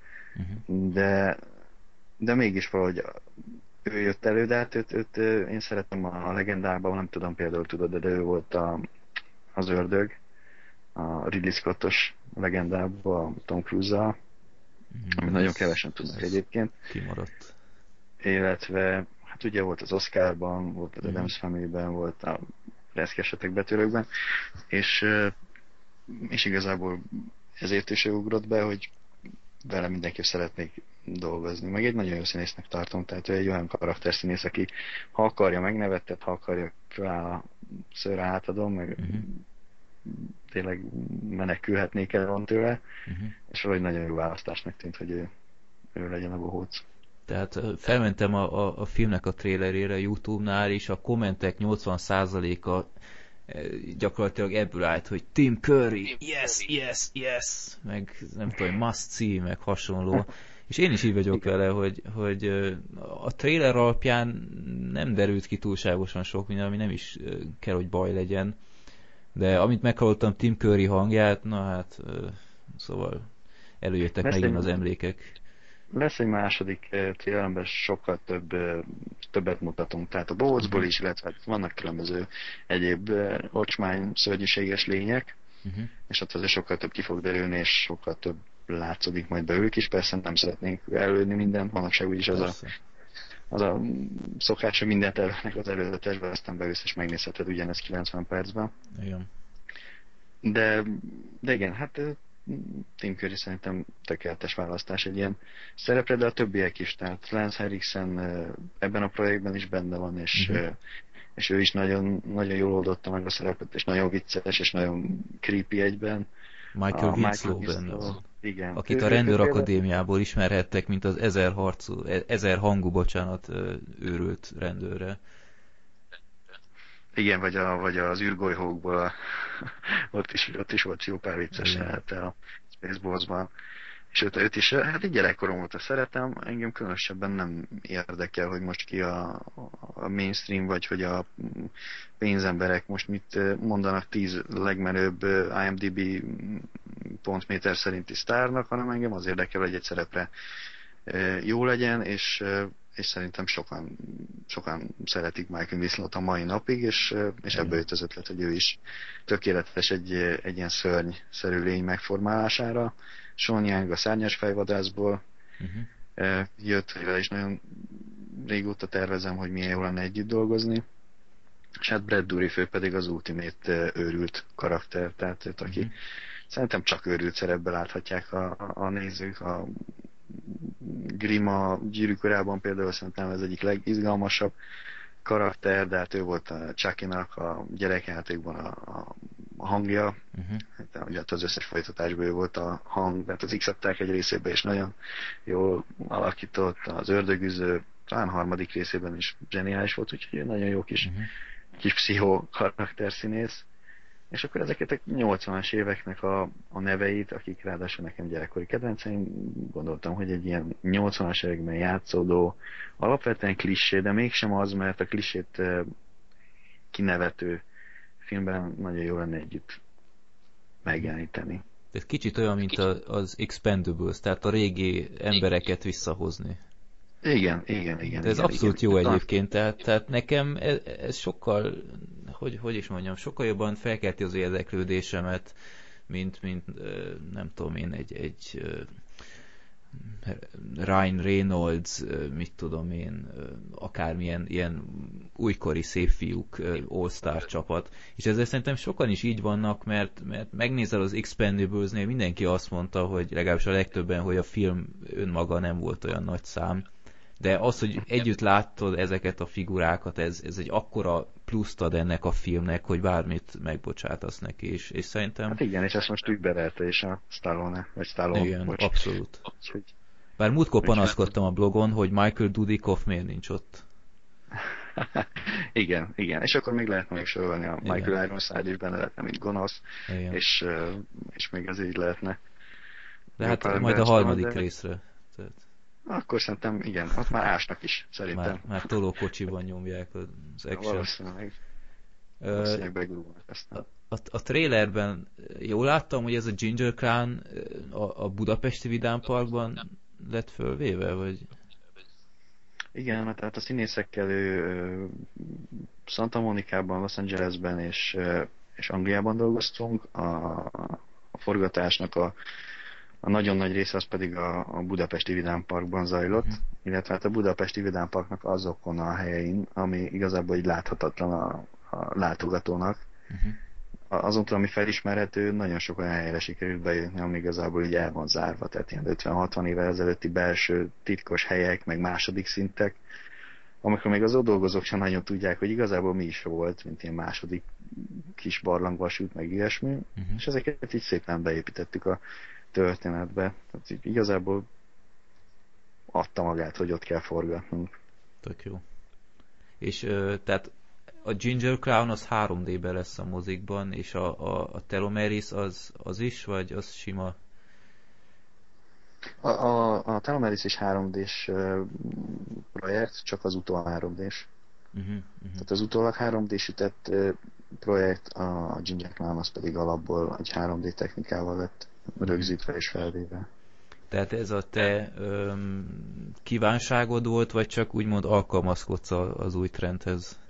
de mégis valahogy ő jött elő, de hát őt én szeretem a legendában, nem tudom, például tudod, de ő volt az ördög, a Ridley Scottos legendában, a Tom Cruise-zal, amit nagyon kevesen tudnak egyébként. Kimaradt. Illetve, hát ugye volt az Oscarban, volt az Addams Family-ben, volt a Reszkesetek betörőkben, és igazából ezért is ő ugrott be, hogy vele mindenképp szeretnék dolgozni. Meg egy nagyon jó színésznek tartom, tehát ő egy olyan karakterszínész, aki ha akarja megnevettet, ha akarja föláll a szőre átadom, meg tényleg menekülhetnék el van tőle, és valahogy nagyon jó választásnak tűnt, hogy ő legyen a bohóc. Tehát felmentem a filmnek a trailerére YouTube-nál, és a kommentek 80%-a gyakorlatilag ebből állt, hogy Tim Curry, yes, yes, yes, meg nem tudom, must see, meg hasonló. És én is így vagyok vele, hogy a trailer alapján nem derült ki túlságosan sok minden, ami nem is kell, hogy baj legyen. De amit meghallottam Tim Curry hangját, na hát, szóval előjöttek megint az emlékek. Lesz egy második trailer, amiben sokkal többet mutatunk, tehát a bohócból is, illetve vannak különböző egyéb ocsmány, szörnyűséges lények, és ott azért sokkal több ki fog derülni, és sokkal több látszódik majd belőlük is. Persze nem szeretnénk előni mindent, manapság úgyis az a szokás, hogy mindent előnek az előzetesben, aztán beülsz és megnézheted ugyanezt 90 percben. Igen. De igen, hát Tim Curry szerintem tökéletes választás egy ilyen szerepre, de a többiek is, tehát Lance Henriksen ebben a projektben is benne van, és ő is nagyon, nagyon jól oldotta meg a szerepet, és nagyon vicces, és nagyon creepy egyben. Michael Winslow benne van. Igen. Akit a rendőrakadémiából ismerhettek, mint az 1000 hangú, őrült rendőre. Igen, vagy az űrgolyhókból ott is volt jó pár vicces a Spaceballs-ban. És őt is, hát egy gyerekkorom óta szeretem, engem különösebben nem érdekel, hogy most ki a mainstream, vagy hogy a pénzemberek most mit mondanak 10 legmenőbb IMDb pontméter szerinti sztárnak, hanem engem az érdekel, hogy egy szerepre jó legyen, és szerintem sokan szeretik Michael Winslow-t a mai napig, és ebből jött az ötlet, hogy ő is tökéletes egy ilyen szörnyszerű lény megformálására. Sean Young a Szárnyas fejvadászból jött, hogy vele is nagyon régóta tervezem, hogy milyen jó lenne együtt dolgozni. És hát Brad Dourif pedig az ultimate őrült karakter, tehát őt, aki szerintem csak őrült szerepben láthatják a nézők. A Grimm a Gyűrűk Urában például szerintem ez egyik legizgalmasabb karakter, de hát ő volt a Chucky-nak a gyerekjátékban a hangja. Hát az összes folytatásban ő volt a hang, de hát az X-akták egy részében is nagyon jól alakított, az ördögüző talán harmadik részében is zseniális volt, úgyhogy nagyon jó kis pszichó karakterszínész. És akkor ezeket a 80-as éveknek a neveit, akik ráadásul nekem gyerekkori kedvenceim, gondoltam, hogy egy ilyen 80-as években játszódó, alapvetően klissé, de mégsem az, mert a klissét kinevető filmben nagyon jó lenne együtt megjeleníteni. Ez kicsit olyan, mint az Expendables, tehát a régi embereket visszahozni. Igen. De ez abszolút jó egyébként, tehát nekem ez sokkal, hogy is mondjam, sokkal jobban felkelti az érdeklődésemet, mint nem tudom én, egy Ryan Reynolds, mit tudom én, akármilyen ilyen újkori szép fiúk All-Star csapat. És ezzel szerintem sokan is így vannak, mert megnézel az Expendables-nél, mindenki azt mondta, hogy legalábbis a legtöbben, hogy a film önmaga nem volt olyan nagy szám. De az, hogy együtt láttad ezeket a figurákat, ez egy akkora pluszt ad ennek a filmnek, hogy bármit megbocsátasz neki, és szerintem... Hát igen, és ezt most úgy berelte is a Stallone, vagy Stallone. Igen, bocs. abszolút. Úgyhogy... Bár múltkor panaszkodtam a blogon, hogy Michael Dudikoff miért nincs ott. igen, és akkor még lehetne még sorolni a Michael Ironside is benne lehetne, mint gonosz, és még az így lehetne. De hát majd a harmadik részre. Tehát... Akkor szerintem igen, ott már ásnak is, szerintem. Már tolókocsiban nyomják az action. Valószínűleg begurulnak aztán. A trailerben jól láttam, hogy ez a Ginger Crown a budapesti Vidám Parkban lett fölvéve, vagy? Igen, tehát a színészekkel ő Santa Monicában, Los Angelesben és Angliában dolgoztunk. A forgatásnak a nagyon nagy része az pedig a budapesti Vidám Parkban zajlott, illetve hát a budapesti Vidám Parknak azokon a helyein, ami igazából így láthatatlan a látogatónak. Azon túl, ami felismerhető, nagyon sok olyan helyre sikerült bejutni, ami igazából így el van zárva, tehát ilyen 50-60 évvel ezelőtti belső titkos helyek, meg második szintek, amikor még az ott dolgozók sem nagyon tudják, hogy igazából mi is volt, mint ilyen második kis barlangvasút, meg ilyesmi, és ezeket így szépen beépítettük a történetbe. Tehát így igazából adta magát, hogy ott kell forgatnunk. Tök jó. És tehát a Ginger Crown az 3D-ben lesz a mozikban, és a Telomeris az is, vagy az sima? A Telomeris is 3D-s projekt, csak az utol 3D-s. Tehát az utólag 3D-sütett projekt, a Ginger Crown az pedig alapból egy 3D technikával lett rögzítve és felvéve. Tehát ez a te kívánságod volt, vagy csak úgymond alkalmazkodsz az új trendhez?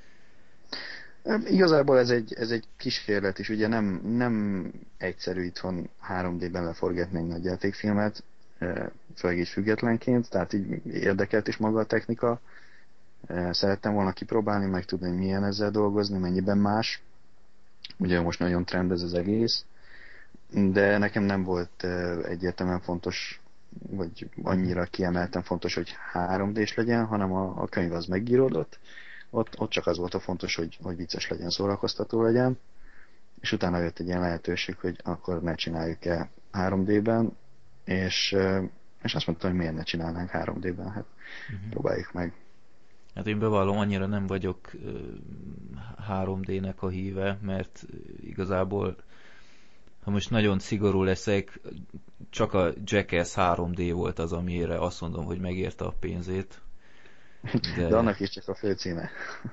Igazából ez egy kísérlet is, ugye nem egyszerű itthon 3D-ben leforgatni egy nagy játékfilmet, főleg így függetlenként, tehát így érdekelt is maga a technika. Szerettem volna kipróbálni, meg tudni, hogy milyen ezzel dolgozni, mennyiben más. Ugye most nagyon trend ez az egész, de nekem nem volt egyértelműen fontos, vagy annyira kiemelten fontos, hogy 3D-s legyen, hanem a könyv az megíródott. Ott csak az volt a fontos, hogy vicces legyen, szórakoztató legyen, és utána jött egy ilyen lehetőség, hogy akkor ne csináljuk-e 3D-ben, és azt mondtam, hogy miért ne csinálnánk 3D-ben, hát próbáljuk meg. Hát én bevallom, annyira nem vagyok 3D-nek a híve, mert igazából, ha most nagyon szigorú leszek, csak a Jackass 3D volt az, amire azt mondom, hogy megérte a pénzét. De annak is csak a főcíme.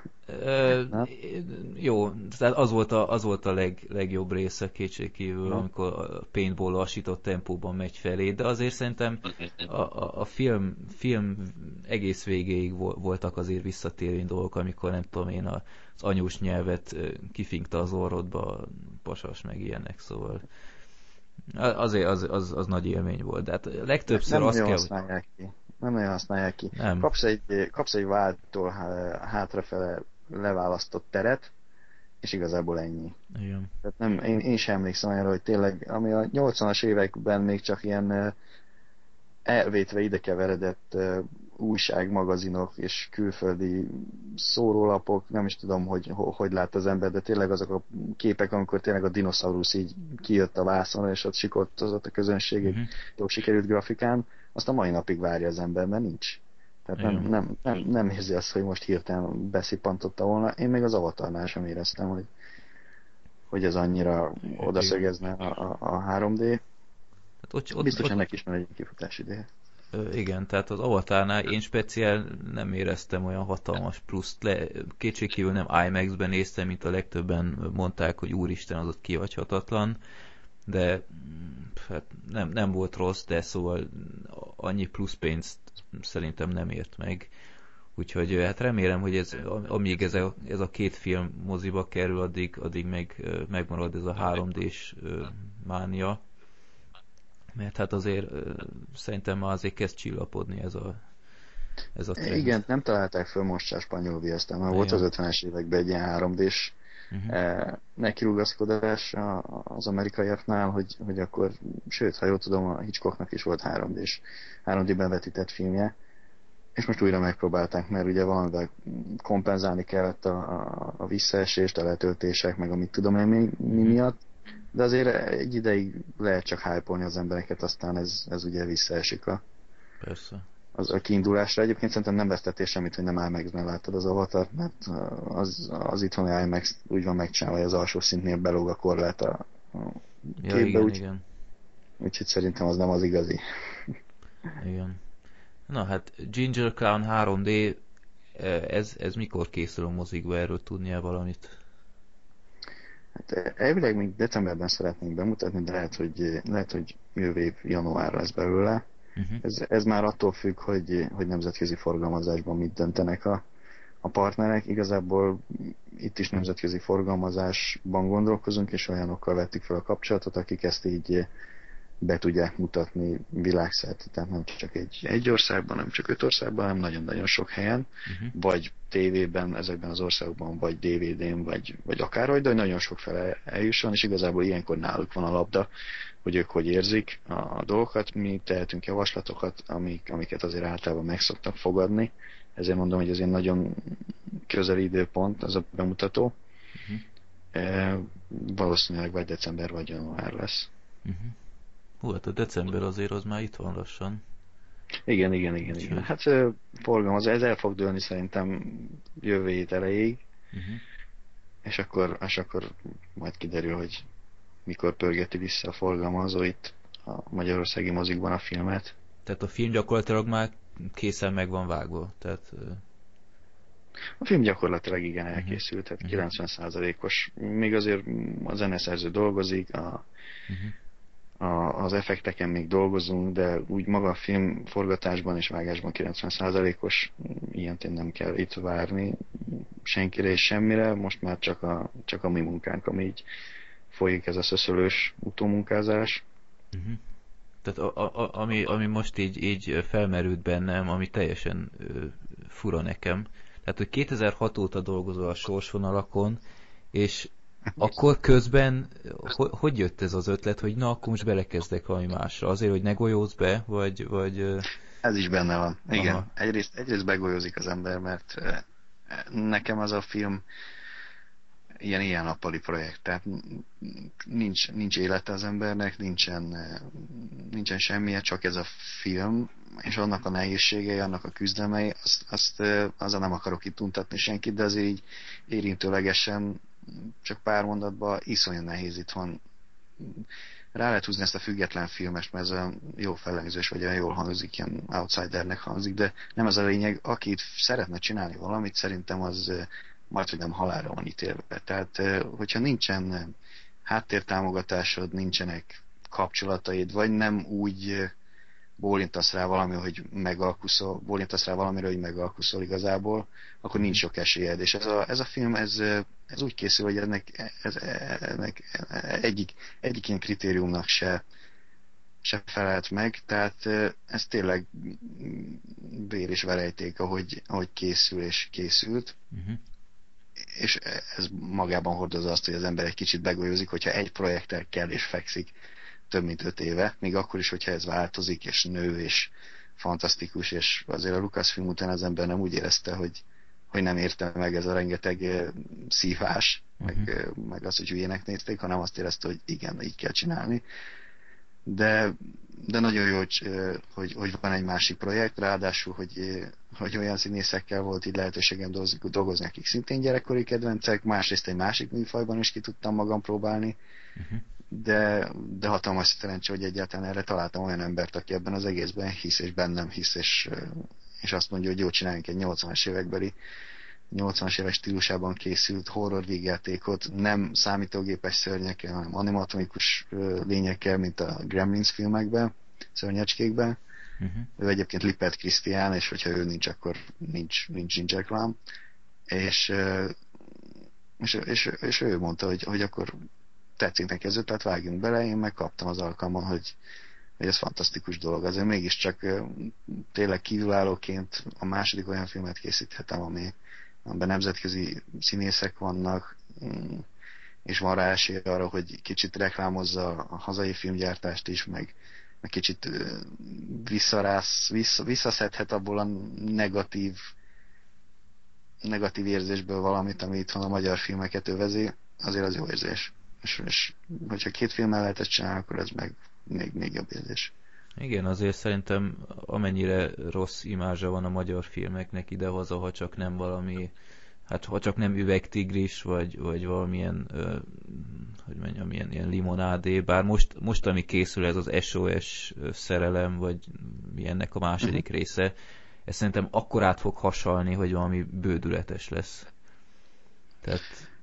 Jó, tehát az volt a legjobb része kétségkívül, amikor a paintball lassított tempóban megy felé, de azért szerintem a film egész végéig voltak azért visszatérő dolgok, amikor nem tudom én az anyós nyelvet kifinkta az orrodba, pasas meg ilyenek, szóval azért az nagy élmény volt, de hát legtöbbször azt kell... Nem nagyon használják ki. Nem. Kapsz egy váltól hátrafele leválasztott teret, és igazából ennyi. Igen. Tehát nem, én sem emlékszem arra, hogy tényleg, ami a 80-as években még csak ilyen elvétve idekeveredett újságmagazinok és külföldi szórólapok, nem is tudom, hogy lát az ember, de tényleg azok a képek, amikor tényleg a dinoszaurusz így kijött a vászonra, és ott sikoltozott a közönség egy jó sikerült grafikán, azt a mai napig várja az ember, mert nincs. Tehát nem érzi azt, hogy most hirtelen beszippantotta volna. Én még az Avatarnál sem éreztem, hogy hogy ez annyira odaszögezne a 3D. Hát Biztos ennek is van egy kifutási ideje. Igen, tehát az Avatarnál én speciál nem éreztem olyan hatalmas pluszt. Kétségkívül nem IMAX-ben néztem, mint a legtöbben mondták, hogy úristen, az ott kihagyhatatlan, de hát nem volt rossz, de szóval annyi plusz pénzt szerintem nem ért meg. Úgyhogy hát remélem, hogy amíg ez a két film moziba kerül, addig megmarad ez a 3D-s mánia. Mert hát azért szerintem már azért kezd csillapodni ez a trend. Igen, nem találták föl most a spanyol viaszt, már volt az 50-es években egy ilyen 3D-s nekirugaszkodás az amerikaiaknál, hogy akkor, sőt, ha jól tudom, a Hitchcocknak is volt 3D-ben vetített filmje, és most újra megpróbálták, mert ugye valamivel kompenzálni kellett a visszaesést, a letöltések, meg amit tudom én mi miatt, de azért egy ideig lehet csak hype-olni az embereket, aztán ez ugye visszaesik Persze. A kiindulásra. Egyébként szerintem nem vesztettél semmit, hogy nem IMAX-ben láttad az Avatar, mert az itthoni IMAX úgy van megcsinálva, hogy az alsó szintnél belóg a korlát a képbe, igen. Úgyhogy szerintem az nem az igazi. Igen. Na hát Ginger Clown 3D, ez mikor készül a mozikba, erről tudnia valamit? Hát elvileg még decemberben szeretnénk bemutatni, de lehet, hogy jövő év január lesz belőle. Ez már attól függ, hogy nemzetközi forgalmazásban mit döntenek a partnerek. Igazából itt is nemzetközi forgalmazásban gondolkozunk, és olyanokkal vettük fel a kapcsolatot, akik ezt így be tudják mutatni világszerte, tehát nem csak egy országban, nem csak 5 országban, hanem nagyon-nagyon sok helyen, vagy tévében, ezekben az országokban, vagy DVD-n, vagy akárhogy, de nagyon sok fele eljusson, és igazából ilyenkor náluk van a labda, hogy ők hogy érzik a dolgokat, mi tehetünk javaslatokat, amiket azért általában meg szoktak fogadni, ezért mondom, hogy ez egy nagyon közeli időpont az a bemutató. Valószínűleg vagy december, vagy január lesz. Hú, hát a december azért az már itt van lassan. Igen. Hát forgalmaz, ez el fog dőlni szerintem jövő hét elejéig, és akkor majd kiderül, hogy mikor pörgeti vissza a forgalmazó itt a magyarországi mozikban a filmet. Tehát a film gyakorlatilag már készen meg van vágva, tehát... A film gyakorlatilag igen elkészült, tehát 90%-os. Még azért a zeneszerző dolgozik, az effekteken még dolgozunk, de úgy maga a film forgatásban és vágásban 90%-os, ilyent én nem kell itt várni senkire és semmire, most már csak a mi munkánk, ami így folyik, ez a szöszölős utómunkázás. Tehát ami most így felmerült bennem, ami teljesen fura nekem, tehát hogy 2006 óta dolgozol a sorsvonalakon, és akkor közben hogy jött ez az ötlet, hogy na, akkor most belekezdek valami másra? Azért, hogy ne golyózz be, vagy... Ez is benne van. Igen. Egyrészt begolyózik az ember, mert nekem az a film ilyen nappali projekt. Tehát nincs élete az embernek, nincsen semmije, csak ez a film, és annak a nehézségei, annak a küzdelmei, azzal nem akarok itt untatni senkit, de azért így érintőlegesen, csak pár mondatban iszonyan nehéz itt van. Rá lehet húzni ezt a független filmest, mert ez olyan jó fellengzős, vagy olyan jól hangzik, ilyen outsidernek hangzik, de nem ez a lényeg. Aki itt szeretne csinálni valamit, szerintem az majd, hogy nem halálra van ítélve. Tehát, hogyha nincsen háttértámogatásod, nincsenek kapcsolataid, vagy nem úgy bólintasz rá valamire, hogy megalkuszol igazából, akkor nincs sok esélyed. És ez a film, ez úgy készül, hogy ennek egyik ilyen kritériumnak se felelt meg, tehát ez tényleg vér és verejték, ahogy készül és készült. És ez magában hordozza azt, hogy az ember egy kicsit begolyózik, hogyha egy projekttel kell és fekszik több mint 5 éve, még akkor is, hogyha ez változik, és nő, és fantasztikus, és azért a Lucasfilm után az ember nem úgy érezte, hogy nem érte meg ez a rengeteg szívás, meg az, hogy hülyének nézték, hanem azt érezte, hogy igen, így kell csinálni. de nagyon jó, hogy van egy másik projekt, ráadásul, hogy olyan színészekkel volt így lehetőségem dolgozni, akik szintén gyerekkori kedvencek, másrészt egy másik műfajban is ki tudtam magam próbálni, de hatalmas szerencsé, hogy egyáltalán erre találtam olyan embert, aki ebben az egészben hisz, és bennem hisz, és azt mondja, hogy jó, csináljunk egy 80-as évekbeli 80-as éves stílusában készült horror vígjátékot, nem számítógépes szörnyekkel, hanem animatronikus lényekkel, mint a Gremlins filmekben, szörnyecskékben. Ő egyébként Lippert Krisztián, és hogyha ő nincs, akkor nincs Ginger Clam. És ő mondta, hogy akkor tetszik neki ez ötlet, vágjunk bele, én megkaptam az alkalmon, hogy ez fantasztikus dolog. Azért mégiscsak tényleg kívülállóként a második olyan filmet készíthetem, amiben nemzetközi színészek vannak, és van rá esély arra, hogy kicsit reklámozza a hazai filmgyártást is, meg kicsit visszaszedhet abból a negatív érzésből valamit, ami itthon a magyar filmeket övezi, azért az jó érzés. És hogyha 2 filmmel lehet ezt csinálni, akkor ez meg még jobb érzés. Igen, azért szerintem amennyire rossz imázsa van a magyar filmeknek idehaza, ha csak nem valami, hát ha csak nem üvegtigris, vagy valamilyen, hogy mondjam, ilyen limonádé, bár most ami készül ez az SOS szerelem, vagy ennek a második része, ez szerintem akkor át fog hasalni, hogy valami bődületes lesz. Tehát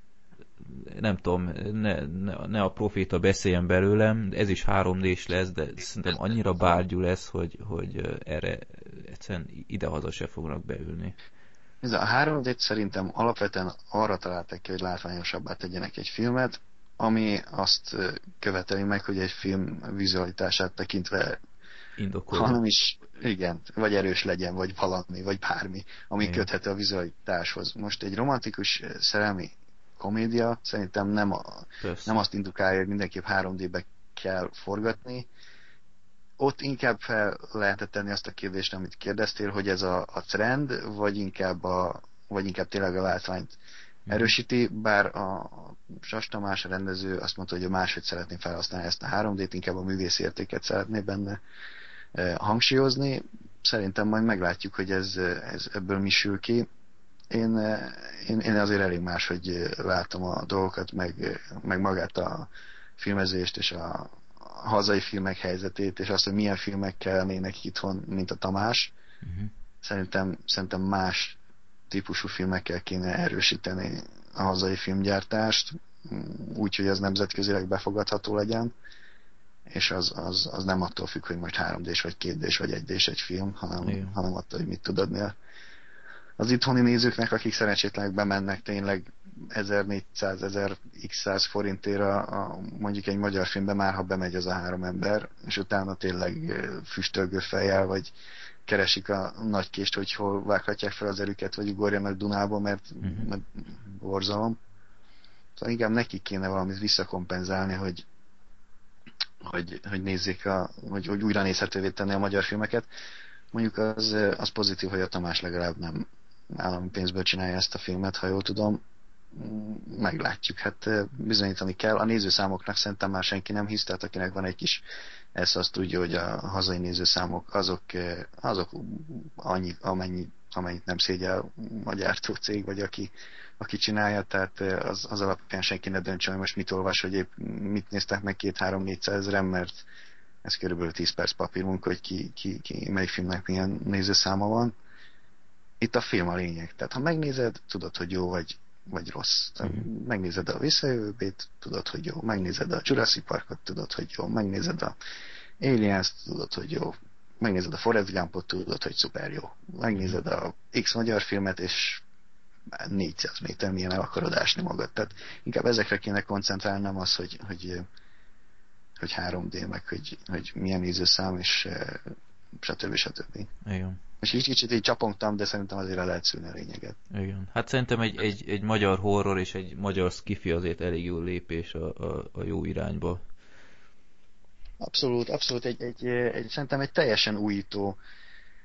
nem tudom, ne a proféta beszéljen belőlem, ez is 3D-s lesz, de szerintem annyira bárgyú lesz, hogy erre egyszerűen idehaza se fognak beülni. Ez a 3D-t szerintem alapvetően arra találták ki, hogy látványosabbá tegyenek egy filmet, ami azt követeli meg, hogy egy film vizualitását tekintve indokolja. hanem is, igen, vagy erős legyen, vagy valami, vagy bármi, ami köthető a vizualitáshoz. Most egy romantikus szerelmi komédia szerintem nem azt indukálja, hogy mindenképp 3D-be kell forgatni. Ott inkább fel lehetett tenni azt a kérdést, amit kérdeztél, hogy ez a trend, vagy inkább tényleg a látványt erősíti, bár a Sas Tamás, a rendező azt mondta, hogy ő máshogy szeretné felhasználni ezt a 3D-t, inkább a művészi értéket szeretné benne hangsúlyozni. Szerintem majd meglátjuk, hogy ez ebből mi sül ki. Én azért elég máshogy látom a dolgokat, meg magát a filmezést és a hazai filmek helyzetét, és azt, hogy milyen filmek kellnének itthon, mint a Tamás. Szerintem más típusú filmekkel kéne erősíteni a hazai filmgyártást, úgy, hogy ez nemzetközileg befogadható legyen, és az nem attól függ, hogy most 3D-s, vagy 2D-s, vagy 1D-s egy film, hanem attól, hogy mit tud adni az itthoni nézőknek, akik szerencsétlenek bemennek tényleg 1400-1000x100 forintért mondjuk egy magyar filmbe, már ha bemegy az a 3 ember, és utána tényleg füstölgő fejjel, vagy keresik a nagy kést, hogy hol vághatják fel az erüket, vagy ugorjanak Dunába, mert borzalom. Szóval inkább nekik kéne valamit visszakompenzálni, hogy nézzék, hogy újra nézhetővé tenni a magyar filmeket. Mondjuk az pozitív, hogy a Tamás legalább nem állami pénzből csinálja ezt a filmet, ha jól tudom. Meglátjuk, hát bizonyítani kell. A nézőszámoknak szerintem már senki nem hisz, tehát akinek van egy kis azt tudja, hogy a hazai nézőszámok azok amennyit nem szégyel a gyártó cég, vagy aki csinálja, tehát az alapján senki ne döntsön, hogy most mit olvas, hogy épp mit néztek meg 2-3-400 ezeren, mert ez körülbelül 10 perc papírmunka, hogy ki melyik filmnek milyen nézőszáma van. Itt a film a lényeg. Tehát ha megnézed, tudod, hogy jó vagy rossz. Megnézed a Visszajövőbét, tudod, hogy jó. Megnézed a Jurassic Parkot, tudod, hogy jó. Megnézed a Aliens, tudod, hogy jó. Megnézed a Forrest Gumpot, tudod, hogy szuper jó. Megnézed a X magyar filmet, és 400 méter milyen el akarod ásni magad. Tehát inkább ezekre kéne koncentrálni, nem az, hogy 3D, meg hogy milyen nézőszám, és stb. Igen. És így kicsit így csapongtam, de szerintem azért el lehet szülni a lényeget. Igen. Hát szerintem egy magyar horror és egy magyar skifi azért elég jó lépés a jó irányba. Abszolút. Szerintem egy teljesen újító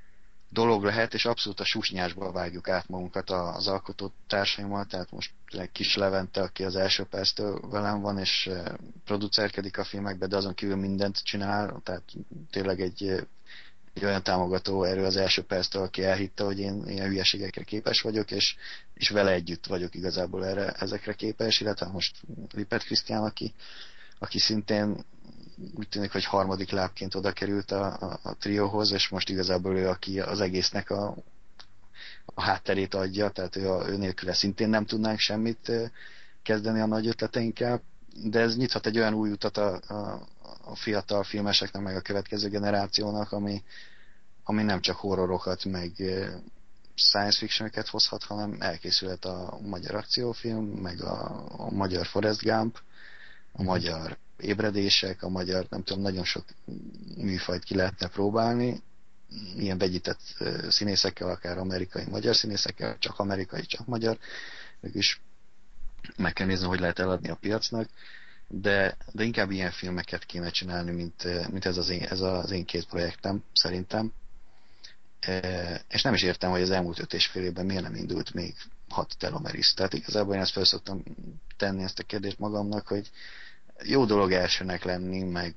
dolog lehet, és abszolút a susnyásba vágjuk át magunkat az alkotó társaimmal, tehát most Kis Levente, aki az első perctől velem van, és producerkedik a filmekbe, de azon kívül mindent csinál, tehát tényleg egy olyan támogató erő az első perctől, aki elhitte, hogy én ilyen hülyeségekre képes vagyok, és vele együtt vagyok igazából ezekre képes, illetve most Lipet Krisztián, aki szintén úgy tűnik, hogy harmadik lábként oda került a trióhoz, és most igazából ő, aki az egésznek a hátterét adja, tehát ő nélküle szintén nem tudnánk semmit kezdeni a nagy ötleteinkkel, de ez nyithat egy olyan új utat a fiatal filmeseknek, meg a következő generációnak, ami nem csak horrorokat, meg science fictioneket hozhat, hanem elkészülhet a magyar akciófilm, meg a magyar Forrest Gump, a magyar ébredések, a magyar, nem tudom, nagyon sok műfajt ki lehetne próbálni, ilyen vegyített színészekkel, akár amerikai, magyar színészekkel, csak amerikai, csak magyar, mégis meg kell nézni, hogy lehet eladni a piacnak, de inkább ilyen filmeket kéne csinálni, mint ez az én két projektem, szerintem. És nem is értem, hogy az elmúlt 5,5 évben miért nem indult még 6 Telomeris. Tehát igazából én ezt fel szoktam tenni ezt a kérdést magamnak, hogy jó dolog elsőnek lenni, meg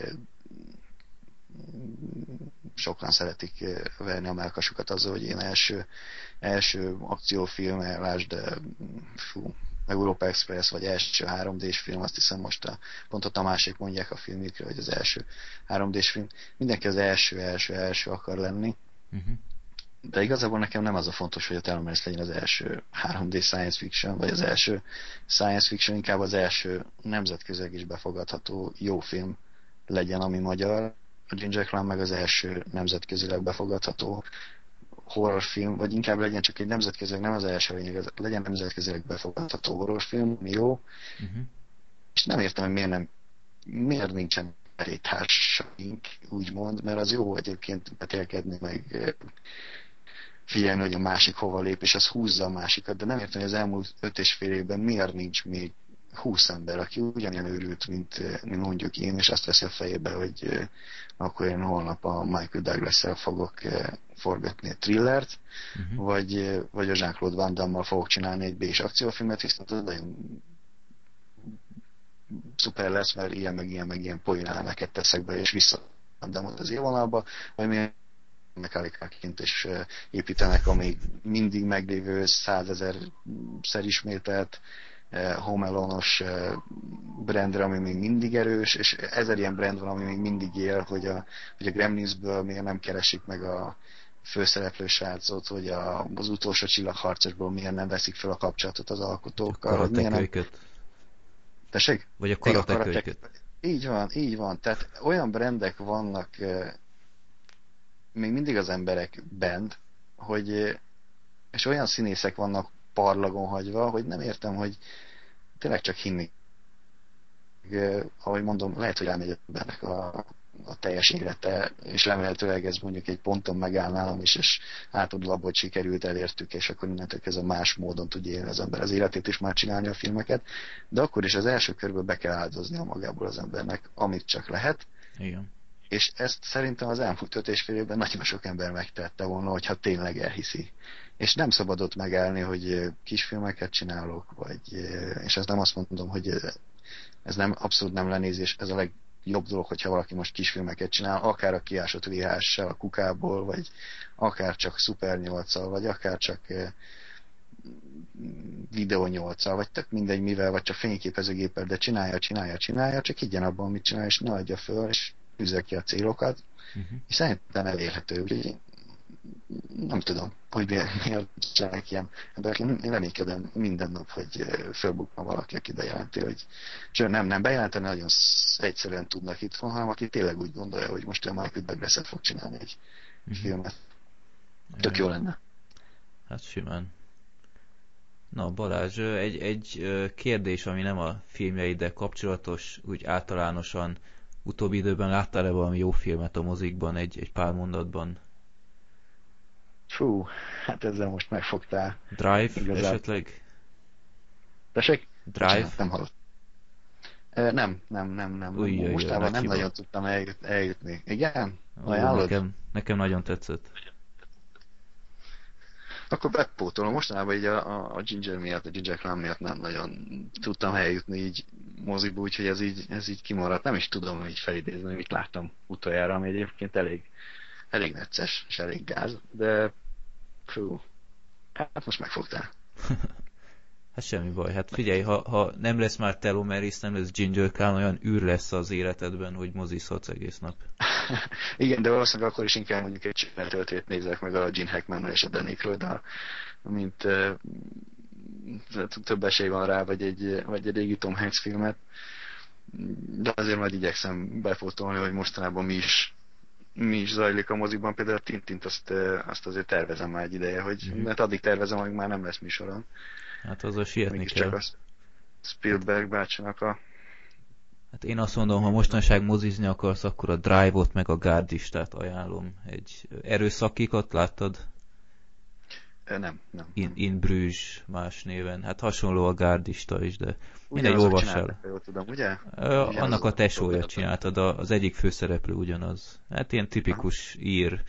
sokan szeretik verni a mellkasukat azzal, hogy én első akciófilm, lásd, Europa Express, vagy első 3D-s film, azt hiszem most pont a Tamásék mondják a filmükre, hogy az első 3D-s film. Mindenki az első akar lenni. De igazából nekem nem az a fontos, hogy a Telomeris legyen az első 3D science fiction, vagy az első science fiction, inkább az első nemzetközileg is befogadható jó film legyen, ami magyar. A Ginger Clan meg az első nemzetközileg befogadható horrorfilm, vagy inkább legyen csak egy nemzetközileg, nem az első lényeg, legyen nemzetközileg befogadható horrorfilm, ami jó. És nem értem, hogy miért nincsen társaink, úgymond, mert az jó egyébként betélkedni, meg figyelni, hogy a másik hova lép, és az húzza a másikat, de nem értem, hogy az elmúlt 5,5 évben miért nincs még 20 ember, aki ugyanilyen őrült, mint mondjuk én, és azt veszi a fejébe, hogy akkor én holnap a Michael Douglas-szel fogok forgatni egy thrillert, vagy a Jean-Claude Van Damme-mal fogok csinálni egy B-s akciófilmet, viszont az nagyon szuper lesz, mert ilyen poénelemeket teszek be, és visszaadom az élvonalba, vagy milyen mechanikáként is építenek, ami mindig meglévő 100 000-szer ismételt Home Alone-os brandre, ami még mindig erős, és 1000 ilyen brand van, ami még mindig él, hogy a Gremlinsből miért nem keresik meg a főszereplő srácot, hogy az utolsó csillagharcosból miért nem veszik fel a kapcsolatot az alkotókkal. A karatekölyköt. Tessék? Vagy a karatekölyköt. Így van. Tehát olyan brandek vannak még mindig az emberek bent, hogy és olyan színészek vannak parlagon hagyva, hogy nem értem, hogy tényleg csak hinni. Ahogy mondom, lehet, hogy elmegy embernek a teljes élete, és remélhetőleg ez mondjuk egy ponton megáll nálam is, és átadul abba, hogy sikerült, elértük, és akkor innentől kezdve más módon tudja élni az ember az életét, és már csinálni a filmeket, de akkor is az első körből be kell áldoznia magából az embernek, amit csak lehet. Igen. És ezt szerintem az elmúlt 5,5 évben nagyon sok ember megtette volna, hogyha tényleg elhiszi. És nem szabadott megállni, hogy kisfilmeket csinálok, és ezt nem azt mondom, hogy ez nem, abszolút nem lenézés, ez a legjobb dolog, hogyha valaki most kisfilmeket csinál, akár a kiásott VHS-sel a kukából, vagy akár csak Super 8-al, vagy akár csak Video 8-al, vagy tök mindegy mivel, vagy csak fényképezőgéppel, de csinálja, csak higgyen abban, amit csinál, és ne adja föl, és tűzze ki a célokat, és szerintem elérhető, úgyhogy nem tudom, hogy miért csinálják ilyen emberek. Én reménykedem minden nap, hogy fölbukna valaki, aki bejelenti, hogy nem bejelenteni, nagyon egyszerűen tudnak itt van, hanem aki tényleg úgy gondolja, hogy most a Michael Douglas-et fog csinálni egy filmet. Tök jó lenne. Hát simán. Na Balázs, egy kérdés, ami nem a filmjeiddel kapcsolatos, úgy általánosan utóbbi időben láttál-e valami jó filmet a mozikban, egy pár mondatban? Fú, hát ezzel most megfogtál. Drive igazán. Esetleg? Tessék? Drive? Nem hallott. Nem. Mostában nem nagyon tudtam eljutni. Igen? Ajánlod? Nekem nagyon tetszett. Akkor bepótolom. Mostanában így a Ginger miatt, a Ginger Clan miatt nem nagyon tudtam eljutni így moziba, úgyhogy ez így kimaradt. Nem is tudom így felidézni, mit láttam utoljára, ami egyébként elég necces, és elég gáz, de fú, hát most megfogtál. Hát semmi baj. Hát figyelj, ha nem lesz már Telomeris, nem lesz Ginger Khan, olyan űr lesz az életedben, hogy mozizhatsz egész nap. Igen, de valószínűleg akkor is inkább mondjuk egy csináltöltét nézek meg a Gene Hackman-nal és a Danikről, de mint több esély van rá, vagy egy régi Tom Hanks filmet. De azért majd igyekszem befotolni, hogy mostanában mi is zajlik a moziban. Például a Tintint azt azért tervezem már egy ideje, mert addig tervezem, hogy már nem lesz műsoron. Hát azzal sietni mégis kell. Csak a Spielberg bácsinak a... Hát én azt mondom, ha mostanság mozizni akarsz, akkor a Drive-ot meg a Gárdistát ajánlom. Egy erőszakikat láttad? Nem. In Bruges más néven. Hát hasonló a Gárdista is, de mindegy, olvass el. Jól tudom, ugye? Annak a tesója csináltad, az egyik főszereplő ugyanaz. Hát ilyen tipikus ír,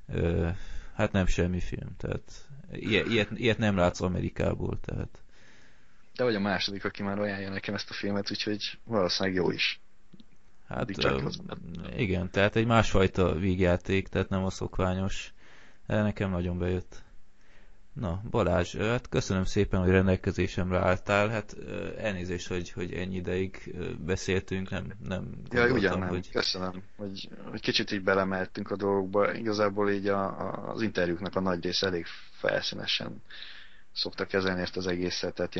hát nem semmi film, tehát ilyet nem látsz Amerikából, tehát. De vagy a második, aki már ajánlja nekem ezt a filmet, úgyhogy valószínűleg jó is. Hát igen, tehát egy másfajta vígjáték, tehát nem a szokványos. De nekem nagyon bejött. Na, Balázs, hát köszönöm szépen, hogy rendelkezésemre álltál. Hát elnézést, hogy ennyi ideig beszéltünk, nem gondoltam, ugyan nem. hogy... Köszönöm, hogy kicsit így belemeltünk a dolgokba. Igazából így az interjúknak a nagy része elég felszínesen szokta kezelni ezt az egészet, tehát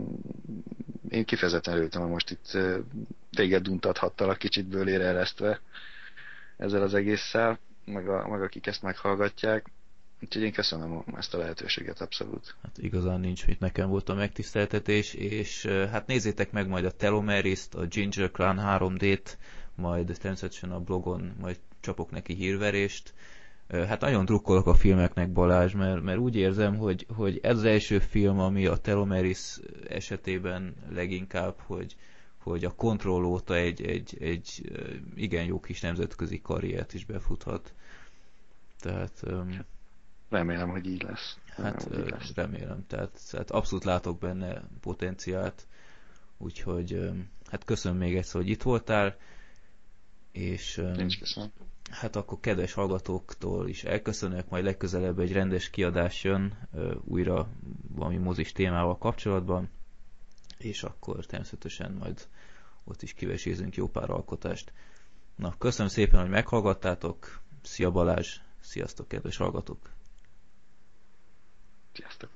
én kifejezetten örültem, hogy most itt téged untathattalak kicsit bőlére eresztve ezzel az egésszel, meg akik ezt meghallgatják. Úgyhogy én köszönöm ezt a lehetőséget abszolút. Hát igazán nincs mit, nekem volt a megtiszteltetés, és hát nézzétek meg majd a Telomeris-t, a Ginger Clan 3D-t, majd természetesen a blogon majd csapok neki hírverést. Hát nagyon drukkolok a filmeknek, Balázs, mert úgy érzem, hogy ez az első film, ami a Telomeris esetében leginkább, hogy a Control óta egy igen jó kis nemzetközi karriert is befuthat. Tehát... Remélem, hogy így lesz. Remélem. Tehát abszolút látok benne potenciált. Úgyhogy hát köszönöm még egyszer, hogy itt voltál. És köszönöm. hát akkor kedves hallgatóktól is elköszönök, majd legközelebb egy rendes kiadás jön újra valami mozis témával kapcsolatban, és akkor természetesen majd ott is kivesézünk jó pár alkotást. Na, köszönöm szépen, hogy meghallgattátok. Szia Balázs, sziasztok kedves hallgatók! Sziasztok!